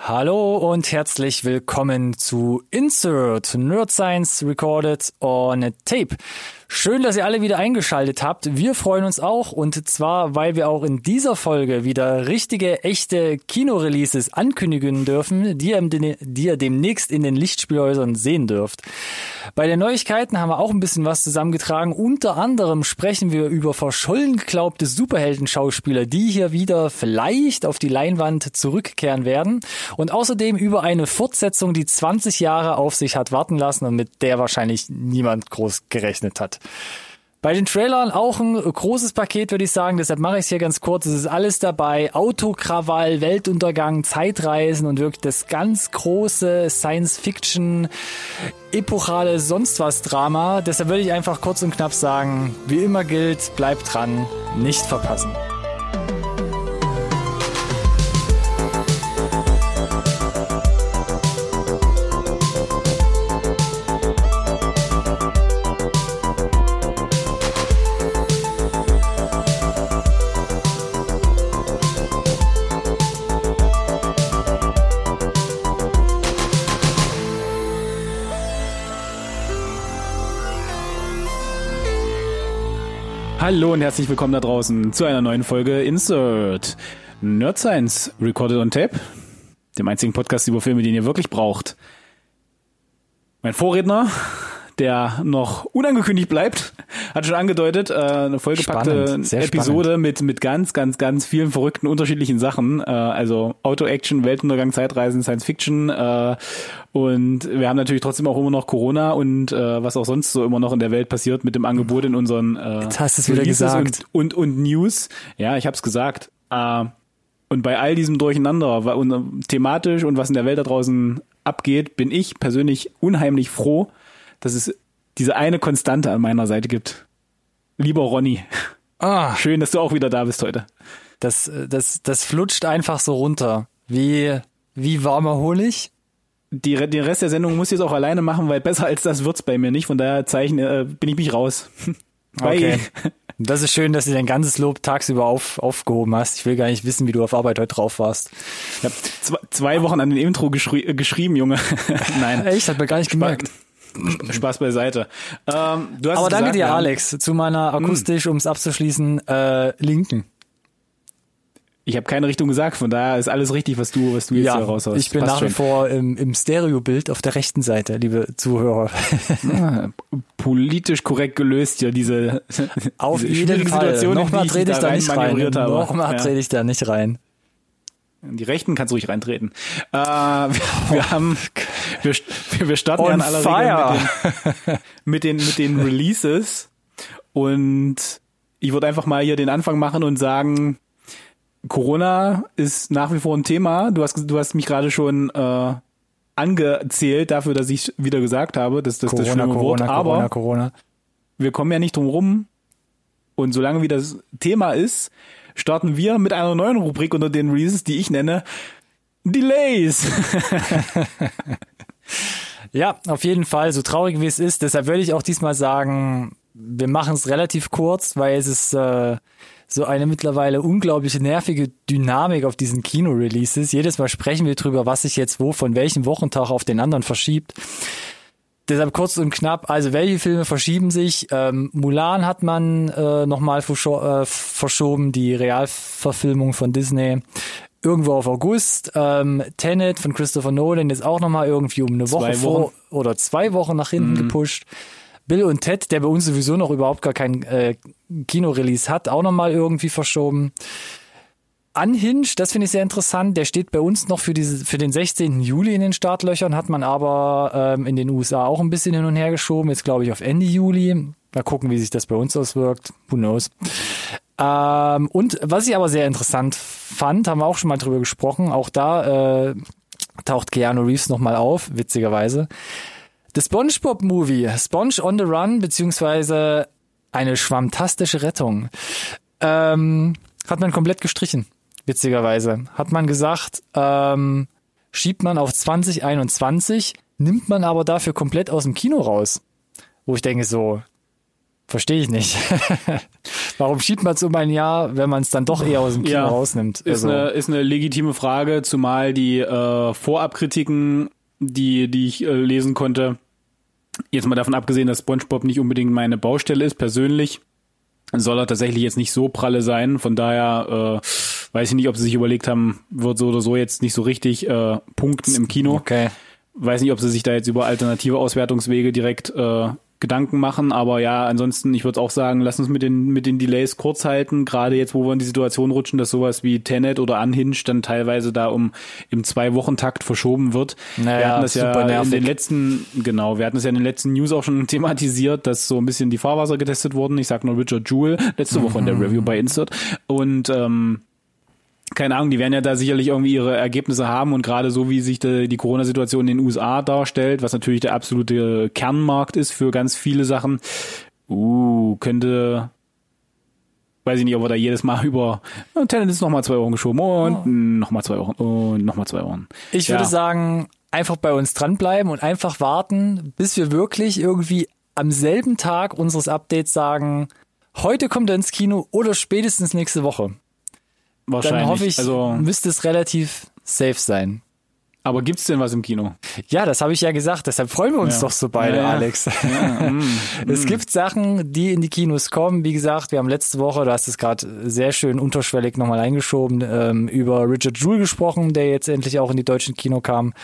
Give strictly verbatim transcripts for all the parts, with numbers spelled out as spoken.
Hallo und herzlich willkommen zu Insert Nerd Science Recorded on Tape. Schön, dass ihr alle wieder eingeschaltet habt. Wir freuen uns auch, und zwar, weil wir auch in dieser Folge wieder richtige, echte Kinoreleases ankündigen dürfen, die ihr, die ihr demnächst in den Lichtspielhäusern sehen dürft. Bei den Neuigkeiten haben wir auch ein bisschen was zusammengetragen. Unter anderem sprechen wir über verschollen geglaubte Superhelden-Schauspieler, die hier wieder vielleicht auf die Leinwand zurückkehren werden. Und außerdem über eine Fortsetzung, die zwanzig Jahre auf sich hat warten lassen und mit der wahrscheinlich niemand groß gerechnet hat. Bei den Trailern auch ein großes Paket, würde ich sagen, deshalb mache ich es hier ganz kurz. Es ist alles dabei: Autokrawall, Weltuntergang, Zeitreisen und wirklich das ganz große Science-Fiction, epochale Sonst-was-Drama. Deshalb würde ich einfach kurz und knapp sagen, wie immer gilt, bleibt dran, nicht verpassen. Hallo und herzlich willkommen da draußen zu einer neuen Folge Insert Nerd Science Recorded on Tape, dem einzigen Podcast über Filme, den ihr wirklich braucht. Mein Vorredner, der noch unangekündigt bleibt, hat schon angedeutet, äh, eine vollgepackte Spannend, Episode mit mit ganz, ganz, ganz vielen verrückten, unterschiedlichen Sachen. Äh, also Auto-Action, Weltuntergang, Zeitreisen, Science-Fiction. Äh, und wir haben natürlich trotzdem auch immer noch Corona und äh, was auch sonst so immer noch in der Welt passiert mit dem Angebot in unseren äh, Jetzt hast du es wieder gesagt. Und, und, und News. Ja, ich habe es gesagt. Äh, und bei all diesem Durcheinander und, thematisch und was in der Welt da draußen abgeht, bin ich persönlich unheimlich froh, dass es diese eine Konstante an meiner Seite gibt. Lieber Ronny. Ah, schön, dass du auch wieder da bist heute. Das, das, das flutscht einfach so runter. Wie, wie warmer Honig. Die, den Rest der Sendung muss ich jetzt auch alleine machen, weil besser als das wird's bei mir nicht. Von daher Zeichen, äh, bin ich mich raus. Okay. Das ist schön, dass du dein ganzes Lob tagsüber auf, aufgehoben hast. Ich will gar nicht wissen, wie du auf Arbeit heute drauf warst. Ich habe zwei, zwei Wochen an den Intro geschri- geschrieben, Junge. Nein. Echt? Hat mir gar nicht gemerkt. Spaß beiseite. Ähm, du hast Aber gesagt, danke dir, ja, Alex, zu meiner akustisch, um es abzuschließen, äh, Linken. Ich habe keine Richtung gesagt, von daher ist alles richtig, was du, was du jetzt ja, hier raushaust. Ich bin Passt nach wie schon. vor im, im Stereobild auf der rechten Seite, liebe Zuhörer. Ah, politisch korrekt gelöst hier, diese, Auf diese jeden schwierige Fall. Situation, Nochmal in die ich trete ich da da nicht rein. manövriert habe. Nochmal Ja. trete ich da nicht rein. Die Rechten kannst du ruhig reintreten. Äh, wir, wir haben, wir, wir starten ja On in aller fire. Regel mit den, mit den, mit den Releases. Und ich würde einfach mal hier den Anfang machen und sagen, Corona ist nach wie vor ein Thema. Du hast, du hast mich gerade schon äh, angezählt dafür, dass ich wieder gesagt habe, dass das das Corona, schlimme Wort. Corona, Aber Corona, Corona. wir kommen ja nicht drum rum. Und solange wie das Thema ist, starten wir mit einer neuen Rubrik unter den Releases, die ich nenne Delays. Ja, auf jeden Fall, so traurig wie es ist. Deshalb würde ich auch diesmal sagen, wir machen es relativ kurz, weil es ist äh, so eine mittlerweile unglaubliche nervige Dynamik auf diesen Kino-Releases. Jedes Mal sprechen wir drüber, was sich jetzt wo von welchem Wochentag auf den anderen verschiebt. Deshalb kurz und knapp, also welche Filme verschieben sich? Ähm, Mulan hat man äh, nochmal verscho- äh, verschoben, die Realverfilmung von Disney, irgendwo auf August. Ähm, Tenet von Christopher Nolan ist auch nochmal irgendwie um eine Zwei Woche vor Wochen. oder zwei Wochen nach hinten mhm. gepusht. Bill und Ted, der bei uns sowieso noch überhaupt gar kein äh, Kinorelease hat, auch nochmal irgendwie verschoben. Unhinged, das finde ich sehr interessant, der steht bei uns noch für diese für den sechzehnten Juli in den Startlöchern, hat man aber ähm, in den U S A auch ein bisschen hin und her geschoben, jetzt glaube ich auf Ende Juli. Mal gucken, wie sich das bei uns auswirkt, who knows. Ähm, und was ich aber sehr interessant fand, haben wir auch schon mal drüber gesprochen, auch da äh, taucht Keanu Reeves nochmal auf, witzigerweise. The SpongeBob Movie, Sponge on the Run, beziehungsweise eine schwammtastische Rettung, ähm, hat man komplett gestrichen. Witzigerweise. Hat man gesagt, ähm, schiebt man auf zwanzig einundzwanzig, nimmt man aber dafür komplett aus dem Kino raus. Wo ich denke so, Verstehe ich nicht. Warum schiebt man es um ein Jahr, wenn man es dann doch eher aus dem Kino ja, rausnimmt? Ist, Also. eine, ist eine legitime Frage, zumal die äh, Vorabkritiken, die, die ich äh, lesen konnte, jetzt mal davon abgesehen, dass SpongeBob nicht unbedingt meine Baustelle ist, persönlich, soll er tatsächlich jetzt nicht so pralle sein. Von daher äh, weiß ich nicht, ob sie sich überlegt haben, wird so oder so jetzt nicht so richtig äh, punkten im Kino. Okay. Weiß nicht, ob sie sich da jetzt über alternative Auswertungswege direkt äh, Gedanken machen, aber ja, ansonsten, ich würde auch sagen, lass uns mit den mit den Delays kurz halten, gerade jetzt, wo wir in die Situation rutschen, dass sowas wie Tenet oder Unhinged dann teilweise da um im Zwei-Wochen-Takt verschoben wird. Naja, wir hatten das ja nervig. in den letzten, genau, wir hatten das ja in den letzten News auch schon thematisiert, dass so ein bisschen die Fahrwasser getestet wurden. Ich sag nur Richard Jewell, letzte Woche in der Review bei Insert. Und ähm, keine Ahnung, die werden ja da sicherlich irgendwie ihre Ergebnisse haben und gerade so, wie sich die, die Corona-Situation in den U S A darstellt, was natürlich der absolute Kernmarkt ist für ganz viele Sachen, uh, könnte, weiß ich nicht, ob wir da jedes Mal über oh, Tenet ist nochmal zwei Wochen geschoben und oh. nochmal zwei Wochen und nochmal zwei Wochen. Ich ja. würde sagen, einfach bei uns dranbleiben und einfach warten, bis wir wirklich irgendwie am selben Tag unseres Updates sagen, heute kommt er ins Kino oder spätestens nächste Woche. Wahrscheinlich. Dann hoffe ich, also, müsste es relativ safe sein. Aber gibt's denn was im Kino? Ja, das habe ich ja gesagt, deshalb freuen wir uns ja. doch so beide, ja, ja. Alex. Ja, mm, es mm. gibt Sachen, die in die Kinos kommen. Wie gesagt, wir haben letzte Woche, du hast es gerade sehr schön unterschwellig nochmal eingeschoben, ähm, über Richard Jewell gesprochen, der jetzt endlich auch in die deutschen Kino kam,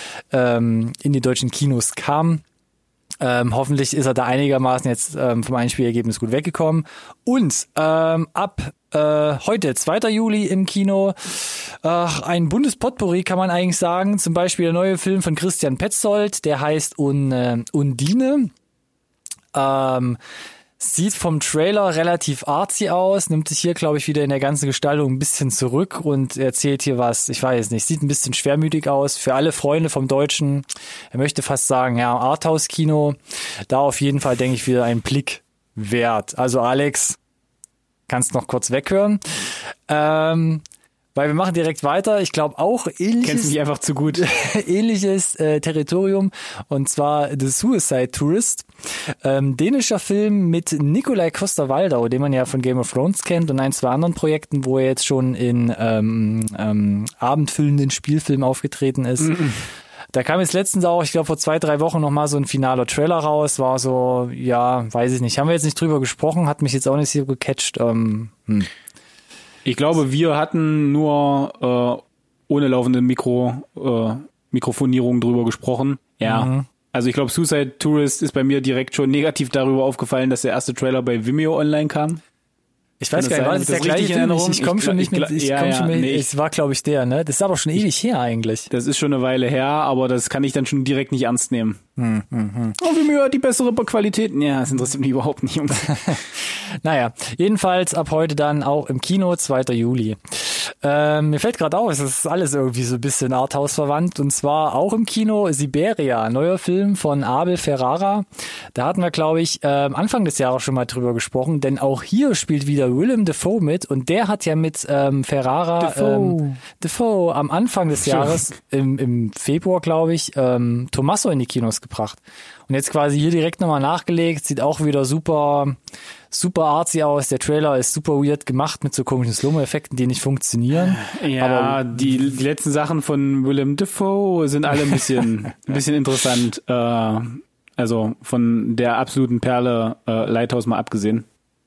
ähm, in die deutschen Kinos kam. Ähm, hoffentlich ist er da einigermaßen jetzt ähm, vom Einspielergebnis gut weggekommen. Und ähm, ab äh, heute, zweiter Juli im Kino, äh, ein Bundespotpourri kann man eigentlich sagen. Zum Beispiel der neue Film von Christian Petzold, der heißt Un, äh, Undine. Ähm, Sieht vom Trailer relativ artsy aus, nimmt sich hier, glaube ich, wieder in der ganzen Gestaltung ein bisschen zurück und erzählt hier was, ich weiß nicht, sieht ein bisschen schwermütig aus. Für alle Freunde vom Deutschen, er möchte fast sagen, ja, Arthouse-Kino, da auf jeden Fall, denke ich, wieder ein Blick wert. Also Alex, kannst noch kurz weghören. Ähm, weil wir machen direkt weiter. Ich glaube auch ähnliches. Kennst du mich einfach zu gut. ähnliches äh, Territorium. Und zwar The Suicide Tourist. Ähm, dänischer Film mit Nikolaj Coster-Waldau, den man ja von Game of Thrones kennt und ein, zwei anderen Projekten, wo er jetzt schon in ähm, ähm, abendfüllenden Spielfilmen aufgetreten ist. Mm-mm. Da kam jetzt letztens auch, ich glaube vor zwei, drei Wochen nochmal so ein finaler Trailer raus. War so, ja, weiß ich nicht. Haben wir jetzt nicht drüber gesprochen, hat mich jetzt auch nicht so gecatcht. Ähm, hm. Ich glaube, wir hatten nur äh, ohne laufende Mikro, äh, Mikrofonierung drüber gesprochen. Ja. Mhm. Also ich glaube, Suicide Tourist ist bei mir direkt schon negativ darüber aufgefallen, dass der erste Trailer bei Vimeo online kam. Ich weiß gar nicht, war das der gleiche Film? Ich, ich komme schon nicht mit, ich ja, komm ja, schon mit, nee, es war glaube ich der, ne? Das ist aber schon ewig her eigentlich. Das ist schon eine Weile her, aber das kann ich dann schon direkt nicht ernst nehmen. Hm, hm, hm. Oh, Vimeo hat die bessere Qualität. Ja, das interessiert mich überhaupt nicht, Jungs. Naja, jedenfalls ab heute dann auch im Kino, zweiter Juli. Ähm, mir fällt gerade auf, es ist alles irgendwie so ein bisschen Arthouse verwandt und zwar auch im Kino Siberia, neuer Film von Abel Ferrara. Da hatten wir, glaube ich, äh, Anfang des Jahres schon mal drüber gesprochen, denn auch hier spielt wieder Willem Dafoe mit und der hat ja mit ähm, Ferrara Dafoe. Ähm, Dafoe am Anfang des Jahres, im, im Februar, glaube ich, ähm, Tommaso in die Kinos gebracht. Und jetzt quasi hier direkt nochmal nachgelegt, sieht auch wieder super, super artsy aus. Der Trailer ist super weird gemacht mit so komischen Slow-Mo-Effekten, die nicht funktionieren. Ja, aber die, die letzten Sachen von Willem Dafoe sind alle ein bisschen, ein bisschen interessant. Äh, also von der absoluten Perle äh, Lighthouse mal abgesehen.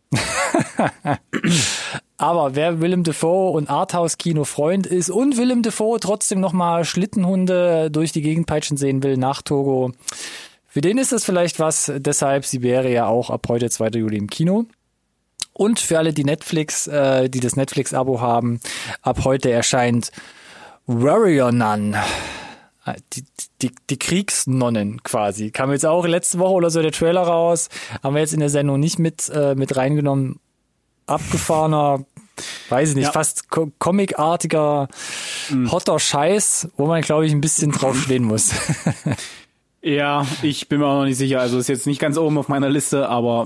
Aber wer Willem Dafoe und Arthouse-Kino-Freund ist und Willem Dafoe trotzdem nochmal Schlittenhunde durch die Gegend peitschen sehen will nach Togo, für den ist das vielleicht was, deshalb Siberia auch ab heute, zweiter Juli im Kino. Und für alle, die Netflix, äh, die das Netflix-Abo haben, ab heute erscheint Warrior Nun. Die, die, die Kriegsnonnen quasi. Kam jetzt auch letzte Woche oder so der Trailer raus. Haben wir jetzt in der Sendung nicht mit, äh, mit reingenommen. Abgefahrener, weiß ich nicht, ja. fast co- comicartiger, mhm. hotter Scheiß, wo man, glaube ich, ein bisschen drauf stehen muss. Ja, ich bin mir auch noch nicht sicher. Also ist jetzt nicht ganz oben auf meiner Liste, aber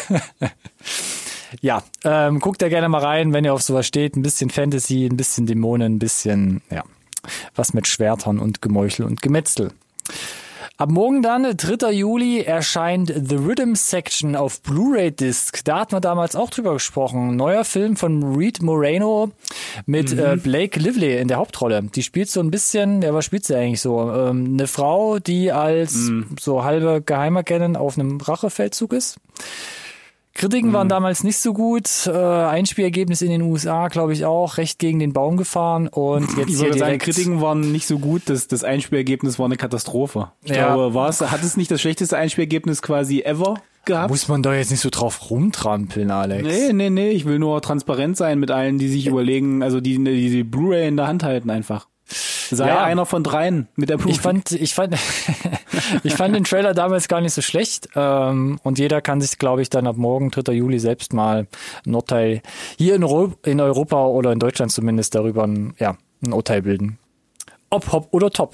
ja, ähm, guckt da gerne mal rein, wenn ihr auf sowas steht. Ein bisschen Fantasy, ein bisschen Dämonen, ein bisschen, ja, was mit Schwertern und Gemeuchel und Gemetzel. Ab morgen dann, dritter Juli, erscheint The Rhythm Section auf Blu-ray-Disc. Da hatten wir damals auch drüber gesprochen. Neuer Film von Reed Moreno mit mhm. äh, Blake Lively in der Hauptrolle. Die spielt so ein bisschen, ja, was spielt sie eigentlich so? Ähm, eine Frau, die als mhm. so halbe Geheimagentin auf einem Rachefeldzug ist. Kritiken mhm. waren damals nicht so gut. Äh, Einspielergebnis in den U S A, glaube ich, auch recht gegen den Baum gefahren. Und jetzt ich hier würde sagen, direkt Kritiken waren nicht so gut. Das, das Einspielergebnis war eine Katastrophe. Ich ja. glaube, war es, hat es nicht das schlechteste Einspielergebnis quasi ever gehabt? Muss man doch jetzt nicht so drauf rumtrampeln, Alex. Nee, nee, nee. Ich will nur transparent sein mit allen, die sich ja. überlegen, also die, die die Blu-ray in der Hand halten einfach. Sei ja. einer von dreien mit der Blu-ray. Ich fand, ich fand, ich fand den Trailer damals gar nicht so schlecht. Ähm, und jeder kann sich, glaube ich, dann ab morgen, dritter Juli, selbst mal ein Urteil hier in, Euro- in Europa oder in Deutschland zumindest darüber ein, ja, ein Urteil bilden. Ob, hopp oder top.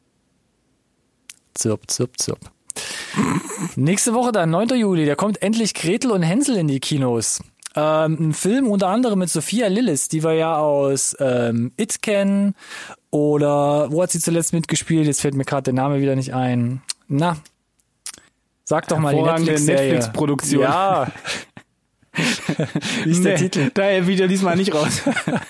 Zirp, zirp, zirp. Nächste Woche dann, neunter Juli, da kommt endlich Gretel und Hänsel in die Kinos. Ähm, ein Film unter anderem mit Sophia Lillis, die wir ja aus ähm, It kennen. Oder wo hat sie zuletzt mitgespielt? Jetzt fällt mir gerade der Name wieder nicht ein. Na, sag doch mal die Netflix-Serie. Netflix-Produktion. Ja. Wie ist der nee, Titel? Da wieder diesmal nicht raus.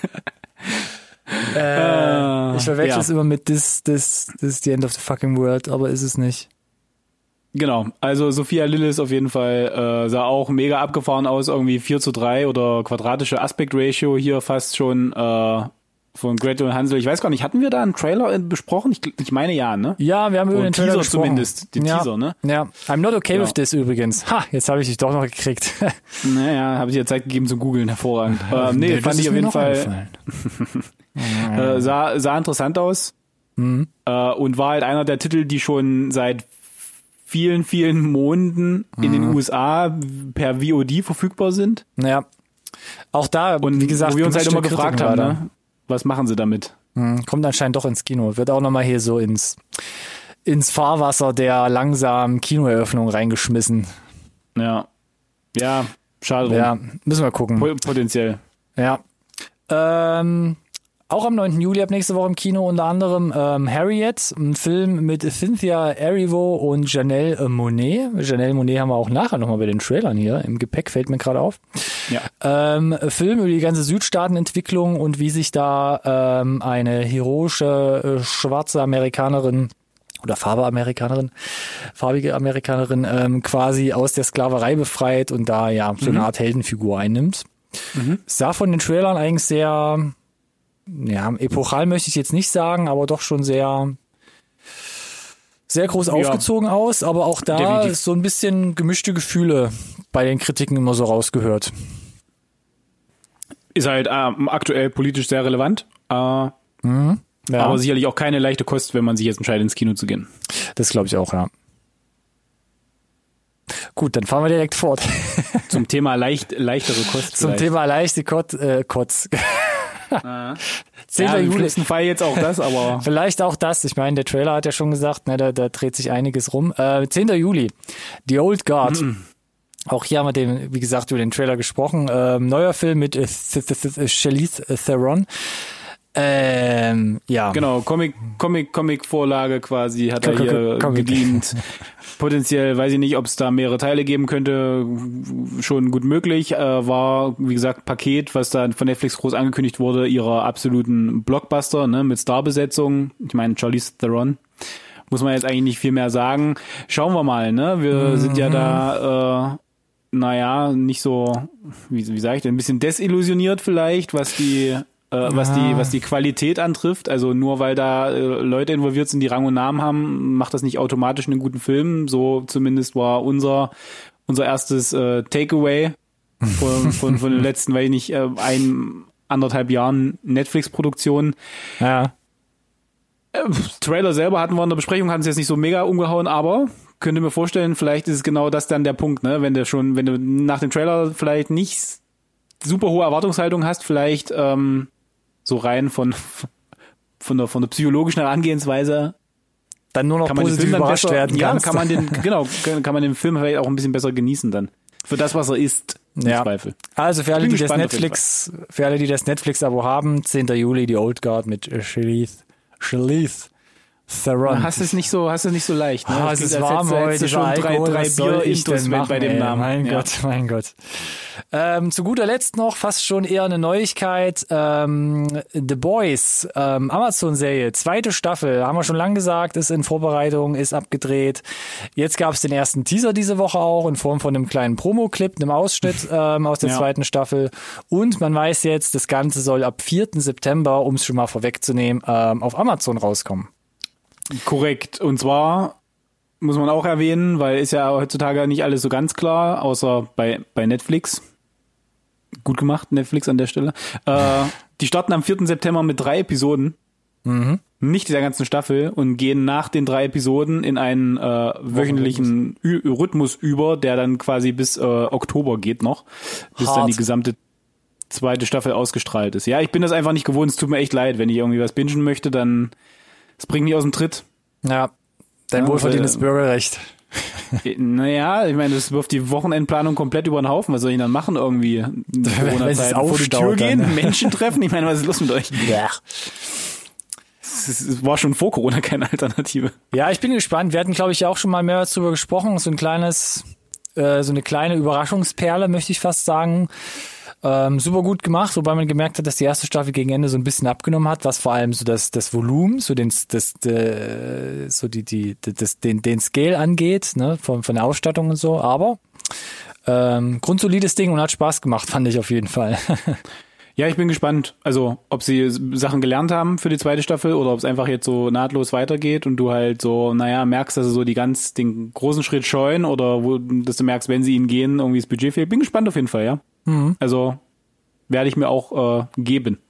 äh, ich verwechsel ja. es immer mit this, this, this is the end of the fucking world, aber ist es nicht. Genau, also Sophia Lillis auf jeden Fall äh, sah auch mega abgefahren aus, irgendwie vier zu drei oder quadratische Aspect Ratio hier fast schon äh, von Gretel und Hansel. Ich weiß gar nicht, hatten wir da einen Trailer besprochen? Ich, ich meine ja, ne? Ja, wir haben über den Trailer Teaser gesprochen. zumindest, den ja, Teaser, ne? Ja, I'm not okay ja. with this übrigens. Ha, jetzt habe ich dich doch noch gekriegt. Naja, habe ich dir Zeit gegeben zum Googeln, hervorragend. ähm, nee, nee, fand ich auf jeden Fall äh, sah, sah interessant aus mhm. äh, und war halt einer der Titel, die schon seit vielen, vielen Monaten mhm. in den U S A per V O D verfügbar sind. Naja, auch da, und wie gesagt, wo wir uns halt immer gefragt Kritiken haben, ne? Was machen sie damit? Mhm. Kommt anscheinend doch ins Kino. Wird auch nochmal hier so ins, ins Fahrwasser der langsamen Kinoeröffnung reingeschmissen. Ja. Ja, schade. Ja, müssen wir gucken. Potenziell. Ja. Ähm, auch am neunten Juli ab nächste Woche im Kino unter anderem ähm, Harriet, ein Film mit Cynthia Erivo und Janelle Monáe. Janelle Monáe haben wir auch nachher nochmal bei den Trailern hier im Gepäck, fällt mir gerade auf. Ja. Ähm, Film über die ganze Südstaatenentwicklung und wie sich da ähm, eine heroische äh, schwarze Amerikanerin oder Farbe-Amerikanerin, farbige Amerikanerin ähm, quasi aus der Sklaverei befreit und da ja so eine mhm. Art Heldenfigur einnimmt. Mhm. Sah von den Trailern eigentlich sehr, ja, epochal möchte ich jetzt nicht sagen, aber doch schon sehr sehr groß ja. aufgezogen aus, aber auch da Definitiv. Ist so ein bisschen gemischte Gefühle bei den Kritiken immer so rausgehört. Ist halt ähm, aktuell politisch sehr relevant, äh, mhm. ja. aber sicherlich auch keine leichte Kost, wenn man sich jetzt entscheidet, ins Kino zu gehen. Das glaube ich auch, ja. Gut, dann fahren wir direkt fort. Zum Thema leicht, leichtere Kost. Zum vielleicht. Thema leichte Kot, äh, Kotz. Ja, im schlimmsten Fall jetzt auch das, aber... Vielleicht auch das. Ich meine, der Trailer hat ja schon gesagt, ne, da, da dreht sich einiges rum. Äh, zehnter Juli, The Old Guard. Mhm. Auch hier haben wir, den, wie gesagt, über den Trailer gesprochen. Ähm, neuer Film mit äh, Charlize Theron. Ähm, ja. Genau, Comic, Comic, Comic-Vorlage quasi hat er hier Comic. gedient. Potenziell, weiß ich nicht, ob es da mehrere Teile geben könnte, schon gut möglich. Äh, war, wie gesagt, Paket, was da von Netflix groß angekündigt wurde, ihrer absoluten Blockbuster, ne, mit Starbesetzung. Ich meine, Charlize Theron. Muss man jetzt eigentlich nicht viel mehr sagen. Schauen wir mal, ne? Wir mhm. sind ja da, äh, naja, nicht so, wie, wie sage ich denn, ein bisschen desillusioniert vielleicht, was die Äh, was die was die Qualität antrifft. Also nur weil da äh, Leute involviert sind, die Rang und Namen haben, macht das nicht automatisch einen guten Film. So zumindest war unser unser erstes äh, Takeaway von, von von den letzten, weil ich nicht äh, ein anderthalb Jahren Netflix-Produktion. Ja. Äh, Trailer selber hatten wir in der Besprechung, hatten es jetzt nicht so mega umgehauen, aber könnte mir vorstellen, vielleicht ist es genau das dann der Punkt, ne? Wenn du schon, wenn du nach dem Trailer vielleicht nicht super hohe Erwartungshaltung hast, vielleicht ähm, so rein von von der von der psychologischen Herangehensweise dann nur noch kann man positiv überrascht besser, werden ja, kannst. kann man den genau kann man den Film vielleicht auch ein bisschen besser genießen dann für das, was er ist, im ja. Zweifel. Also für alle, die das Netflix für alle, die das Netflix-Abo haben, zehnter Juli, die Old Guard mit Charlize Charlize Theron. Hast es nicht so, hast es nicht so leicht, ne? Ah, es ist warm heute, schon drei, drei Bier Intus bei dem ey, Namen. Mein ja. Gott, mein Gott. Ähm, zu guter Letzt noch fast schon eher eine Neuigkeit. Ähm, The Boys, ähm, Amazon-Serie, zweite Staffel, haben wir schon lange gesagt, ist in Vorbereitung, ist abgedreht. Jetzt gab es den ersten Teaser diese Woche auch in Form von einem kleinen Promo-Clip, einem Ausschnitt ähm, aus der ja. zweiten Staffel. Und man weiß jetzt, das Ganze soll ab vierten September, um es schon mal vorwegzunehmen, ähm, auf Amazon rauskommen. Korrekt. Und zwar muss man auch erwähnen, weil ist ja heutzutage nicht alles so ganz klar, außer bei, bei Netflix. Gut gemacht, Netflix an der Stelle. Äh, die starten am vierten September mit drei Episoden. Mhm. Nicht dieser ganzen Staffel und gehen nach den drei Episoden in einen äh, wöchentlichen Ü- Rhythmus über, der dann quasi bis äh, Oktober geht noch, bis Hart. Dann die gesamte zweite Staffel ausgestrahlt ist. Ja, ich bin das einfach nicht gewohnt, es tut mir echt leid, wenn ich irgendwie was bingen möchte, dann es bringt mich aus dem Tritt. Ja, dein ja, wohlverdientes äh, Bürgerrecht. Naja, ich meine, das wirft die Wochenendplanung komplett über den Haufen. Was soll ich dann machen irgendwie? In Corona-Zeiten vor die Tür gehen, dann. Menschen treffen? Ich meine, was ist los mit euch? Ja. Es war schon vor Corona keine Alternative. Ja, ich bin gespannt. Wir hatten, glaube ich, auch schon mal mehr darüber gesprochen. So ein kleines, äh, so eine kleine Überraschungsperle, möchte ich fast sagen. Ähm, super gut gemacht, wobei man gemerkt hat, dass die erste Staffel gegen Ende so ein bisschen abgenommen hat, was vor allem so das, das Volumen, so den, das, de, so die, die, das, den, den Scale angeht, ne, von, von der Ausstattung und so. Aber ähm, grundsolides Ding und hat Spaß gemacht, fand ich auf jeden Fall. Ja, ich bin gespannt. Also, ob sie Sachen gelernt haben für die zweite Staffel oder ob es einfach jetzt so nahtlos weitergeht und du halt so, naja, merkst, dass sie so die ganz, den großen Schritt scheuen oder wo, dass du merkst, wenn sie ihn gehen, irgendwie das Budget fehlt. Bin gespannt auf jeden Fall, ja. Mhm. Also, werde ich mir auch äh, geben.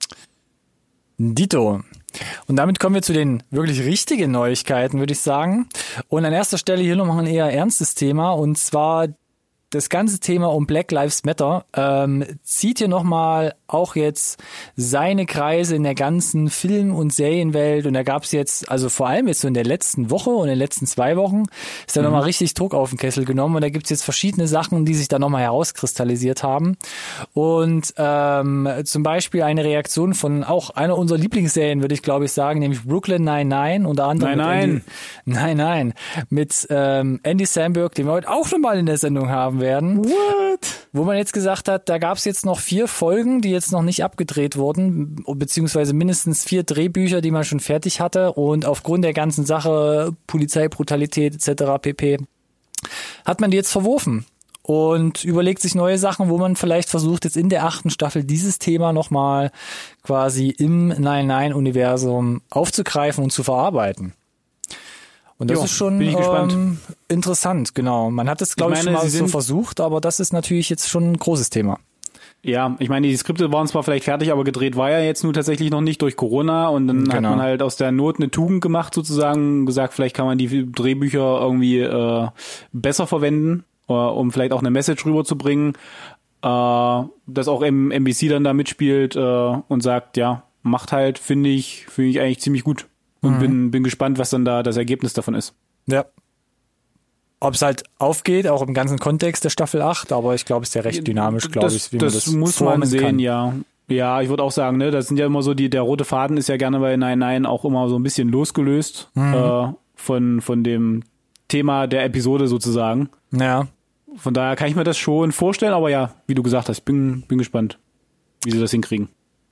Dito. Und damit kommen wir zu den wirklich richtigen Neuigkeiten, würde ich sagen. Und an erster Stelle hier nochmal ein eher ernstes Thema und zwar das ganze Thema um Black Lives Matter ähm, zieht hier nochmal auch jetzt seine Kreise in der ganzen Film- und Serienwelt und da gab es jetzt, also vor allem jetzt so in der letzten Woche und in den letzten zwei Wochen ist da mhm. nochmal richtig Druck auf den Kessel genommen und da gibt's jetzt verschiedene Sachen, die sich da nochmal herauskristallisiert haben und ähm, zum Beispiel eine Reaktion von auch einer unserer Lieblingsserien, würde ich glaube ich sagen, nämlich Brooklyn Nine-Nine, unter anderem nein, nein. Andy, nein, nein, mit ähm, Andy Samberg, den wir heute auch nochmal in der Sendung haben werden. What? Wo man jetzt gesagt hat, da gab es jetzt noch vier Folgen, die jetzt noch nicht abgedreht wurden, beziehungsweise mindestens vier Drehbücher, die man schon fertig hatte und aufgrund der ganzen Sache, Polizeibrutalität et cetera pp. hat man die jetzt verworfen und überlegt sich neue Sachen, wo man vielleicht versucht, jetzt in der achten Staffel dieses Thema nochmal quasi im Nine-Nine-Universum aufzugreifen und zu verarbeiten. Und das jo, ist schon ähm, interessant, genau. Man hat es, glaube ich, ich meine, schon mal so versucht, aber das ist natürlich jetzt schon ein großes Thema. Ja, ich meine, die Skripte waren zwar vielleicht fertig, aber gedreht war ja jetzt nur tatsächlich noch nicht durch Corona und dann genau. hat man halt aus der Not eine Tugend gemacht sozusagen, gesagt, vielleicht kann man die Drehbücher irgendwie äh, besser verwenden, äh, um vielleicht auch eine Message rüberzubringen, äh, dass auch M B C dann da mitspielt äh, und sagt, ja, macht halt, finde ich, finde ich eigentlich ziemlich gut. Und mhm. bin, bin gespannt, was dann da das Ergebnis davon ist. Ja. Ob es halt aufgeht, auch im ganzen Kontext der Staffel acht, aber ich glaube, es ist ja recht dynamisch, glaube ich, wie man das, das muss man sehen, kann. ja. Ja, ich würde auch sagen, ne, das sind ja immer so die, der rote Faden ist ja gerne bei Nine-Nine auch immer so ein bisschen losgelöst mhm. äh, von, von dem Thema der Episode sozusagen. Ja. Von daher kann ich mir das schon vorstellen, aber ja, wie du gesagt hast, ich bin, bin gespannt, wie sie das hinkriegen.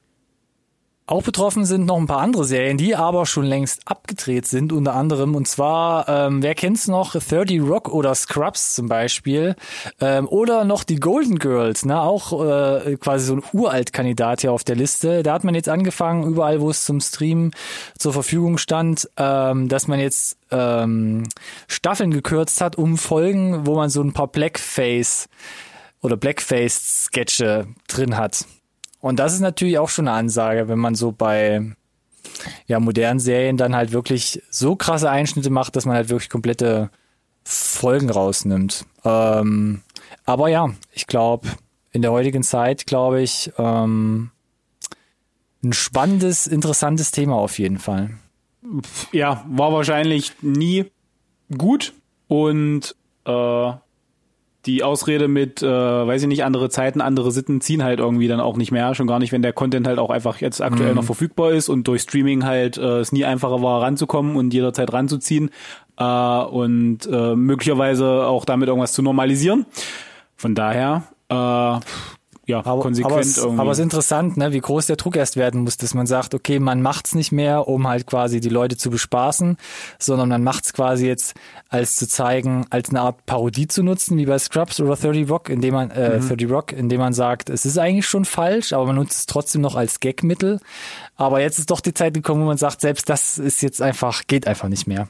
Auch betroffen sind noch ein paar andere Serien, die aber schon längst abgedreht sind, unter anderem. Und zwar, ähm, wer kennt's noch? thirty Rock oder Scrubs zum Beispiel. Ähm, oder noch die Golden Girls, ne? Auch äh, quasi so ein Uralt-Kandidat hier auf der Liste. Da hat man jetzt angefangen, überall, wo es zum Stream zur Verfügung stand, ähm, dass man jetzt ähm, Staffeln gekürzt hat, um Folgen, wo man so ein paar Blackface oder Blackface-Sketche drin hat. Und das ist natürlich auch schon eine Ansage, wenn man so bei ja modernen Serien dann halt wirklich so krasse Einschnitte macht, dass man halt wirklich komplette Folgen rausnimmt. Ähm, aber ja, ich glaube, in der heutigen Zeit, glaube ich, ähm, ein spannendes, interessantes Thema auf jeden Fall. Ja, war wahrscheinlich nie gut und äh, die Ausrede mit, äh, weiß ich nicht, andere Zeiten, andere Sitten ziehen halt irgendwie dann auch nicht mehr. Schon gar nicht, wenn der Content halt auch einfach jetzt aktuell mhm. noch verfügbar ist und durch Streaming halt äh, es nie einfacher war, ranzukommen und jederzeit ranzuziehen äh, und äh, möglicherweise auch damit irgendwas zu normalisieren. Von daher, äh, ja, aber, konsequent aber es, irgendwie. Aber es ist interessant, ne, wie groß der Druck erst werden muss, dass man sagt, okay, man macht's nicht mehr, um halt quasi die Leute zu bespaßen, sondern man macht's quasi jetzt als zu zeigen, als eine Art Parodie zu nutzen, wie bei Scrubs oder thirty Rock, indem man äh, mhm. thirty Rock, indem man sagt, es ist eigentlich schon falsch, aber man nutzt es trotzdem noch als Gagmittel. Aber jetzt ist doch die Zeit gekommen, wo man sagt, selbst das ist jetzt einfach, geht einfach nicht mehr.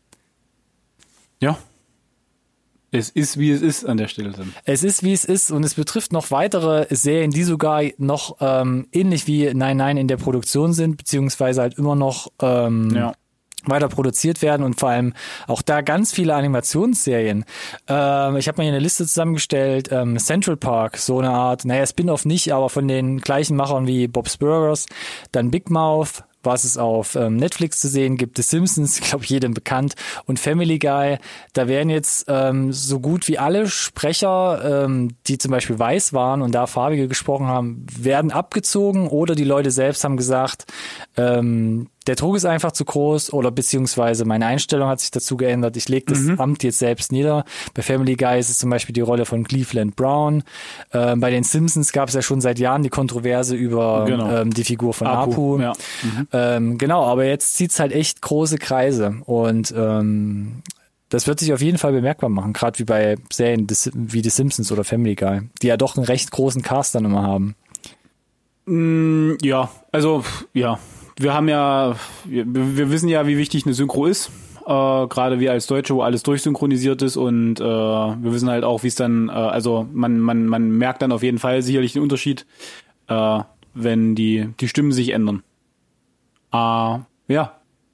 Ja. Es ist, wie es ist an der Stelle dann. Es ist, wie es ist und es betrifft noch weitere Serien, die sogar noch ähm, ähnlich wie Nine Nine in der Produktion sind, beziehungsweise halt immer noch ähm, ja. weiter produziert werden und vor allem auch da ganz viele Animationsserien. Ähm, ich habe mir hier eine Liste zusammengestellt, ähm, Central Park, so eine Art, naja, Spin-off nicht, aber von den gleichen Machern wie Bob's Burgers, dann Big Mouth, was es auf ähm, Netflix zu sehen gibt, The Simpsons, glaube ich jedem bekannt, und Family Guy. Da werden jetzt ähm, so gut wie alle Sprecher, ähm, die zum Beispiel weiß waren und da farbige gesprochen haben, werden abgezogen oder die Leute selbst haben gesagt, ähm, der Druck ist einfach zu groß oder beziehungsweise meine Einstellung hat sich dazu geändert. Ich lege das mhm. Amt jetzt selbst nieder. Bei Family Guy ist es zum Beispiel die Rolle von Cleveland Brown. Ähm, bei den Simpsons gab es ja schon seit Jahren die Kontroverse über genau. ähm, die Figur von Apu. Apu. Ja. Mhm. Ähm, genau, aber jetzt zieht's halt echt große Kreise und ähm, das wird sich auf jeden Fall bemerkbar machen, gerade wie bei Serien wie The Simpsons oder Family Guy, die ja doch einen recht großen Cast dann immer haben. Mm, ja, also ja. Wir haben ja, wir, wir wissen ja, wie wichtig eine Synchro ist, äh, gerade wir als Deutsche, wo alles durchsynchronisiert ist und äh, wir wissen halt auch, wie es dann, äh, also man man man merkt dann auf jeden Fall sicherlich den Unterschied, äh, wenn die die Stimmen sich ändern. Äh, ja,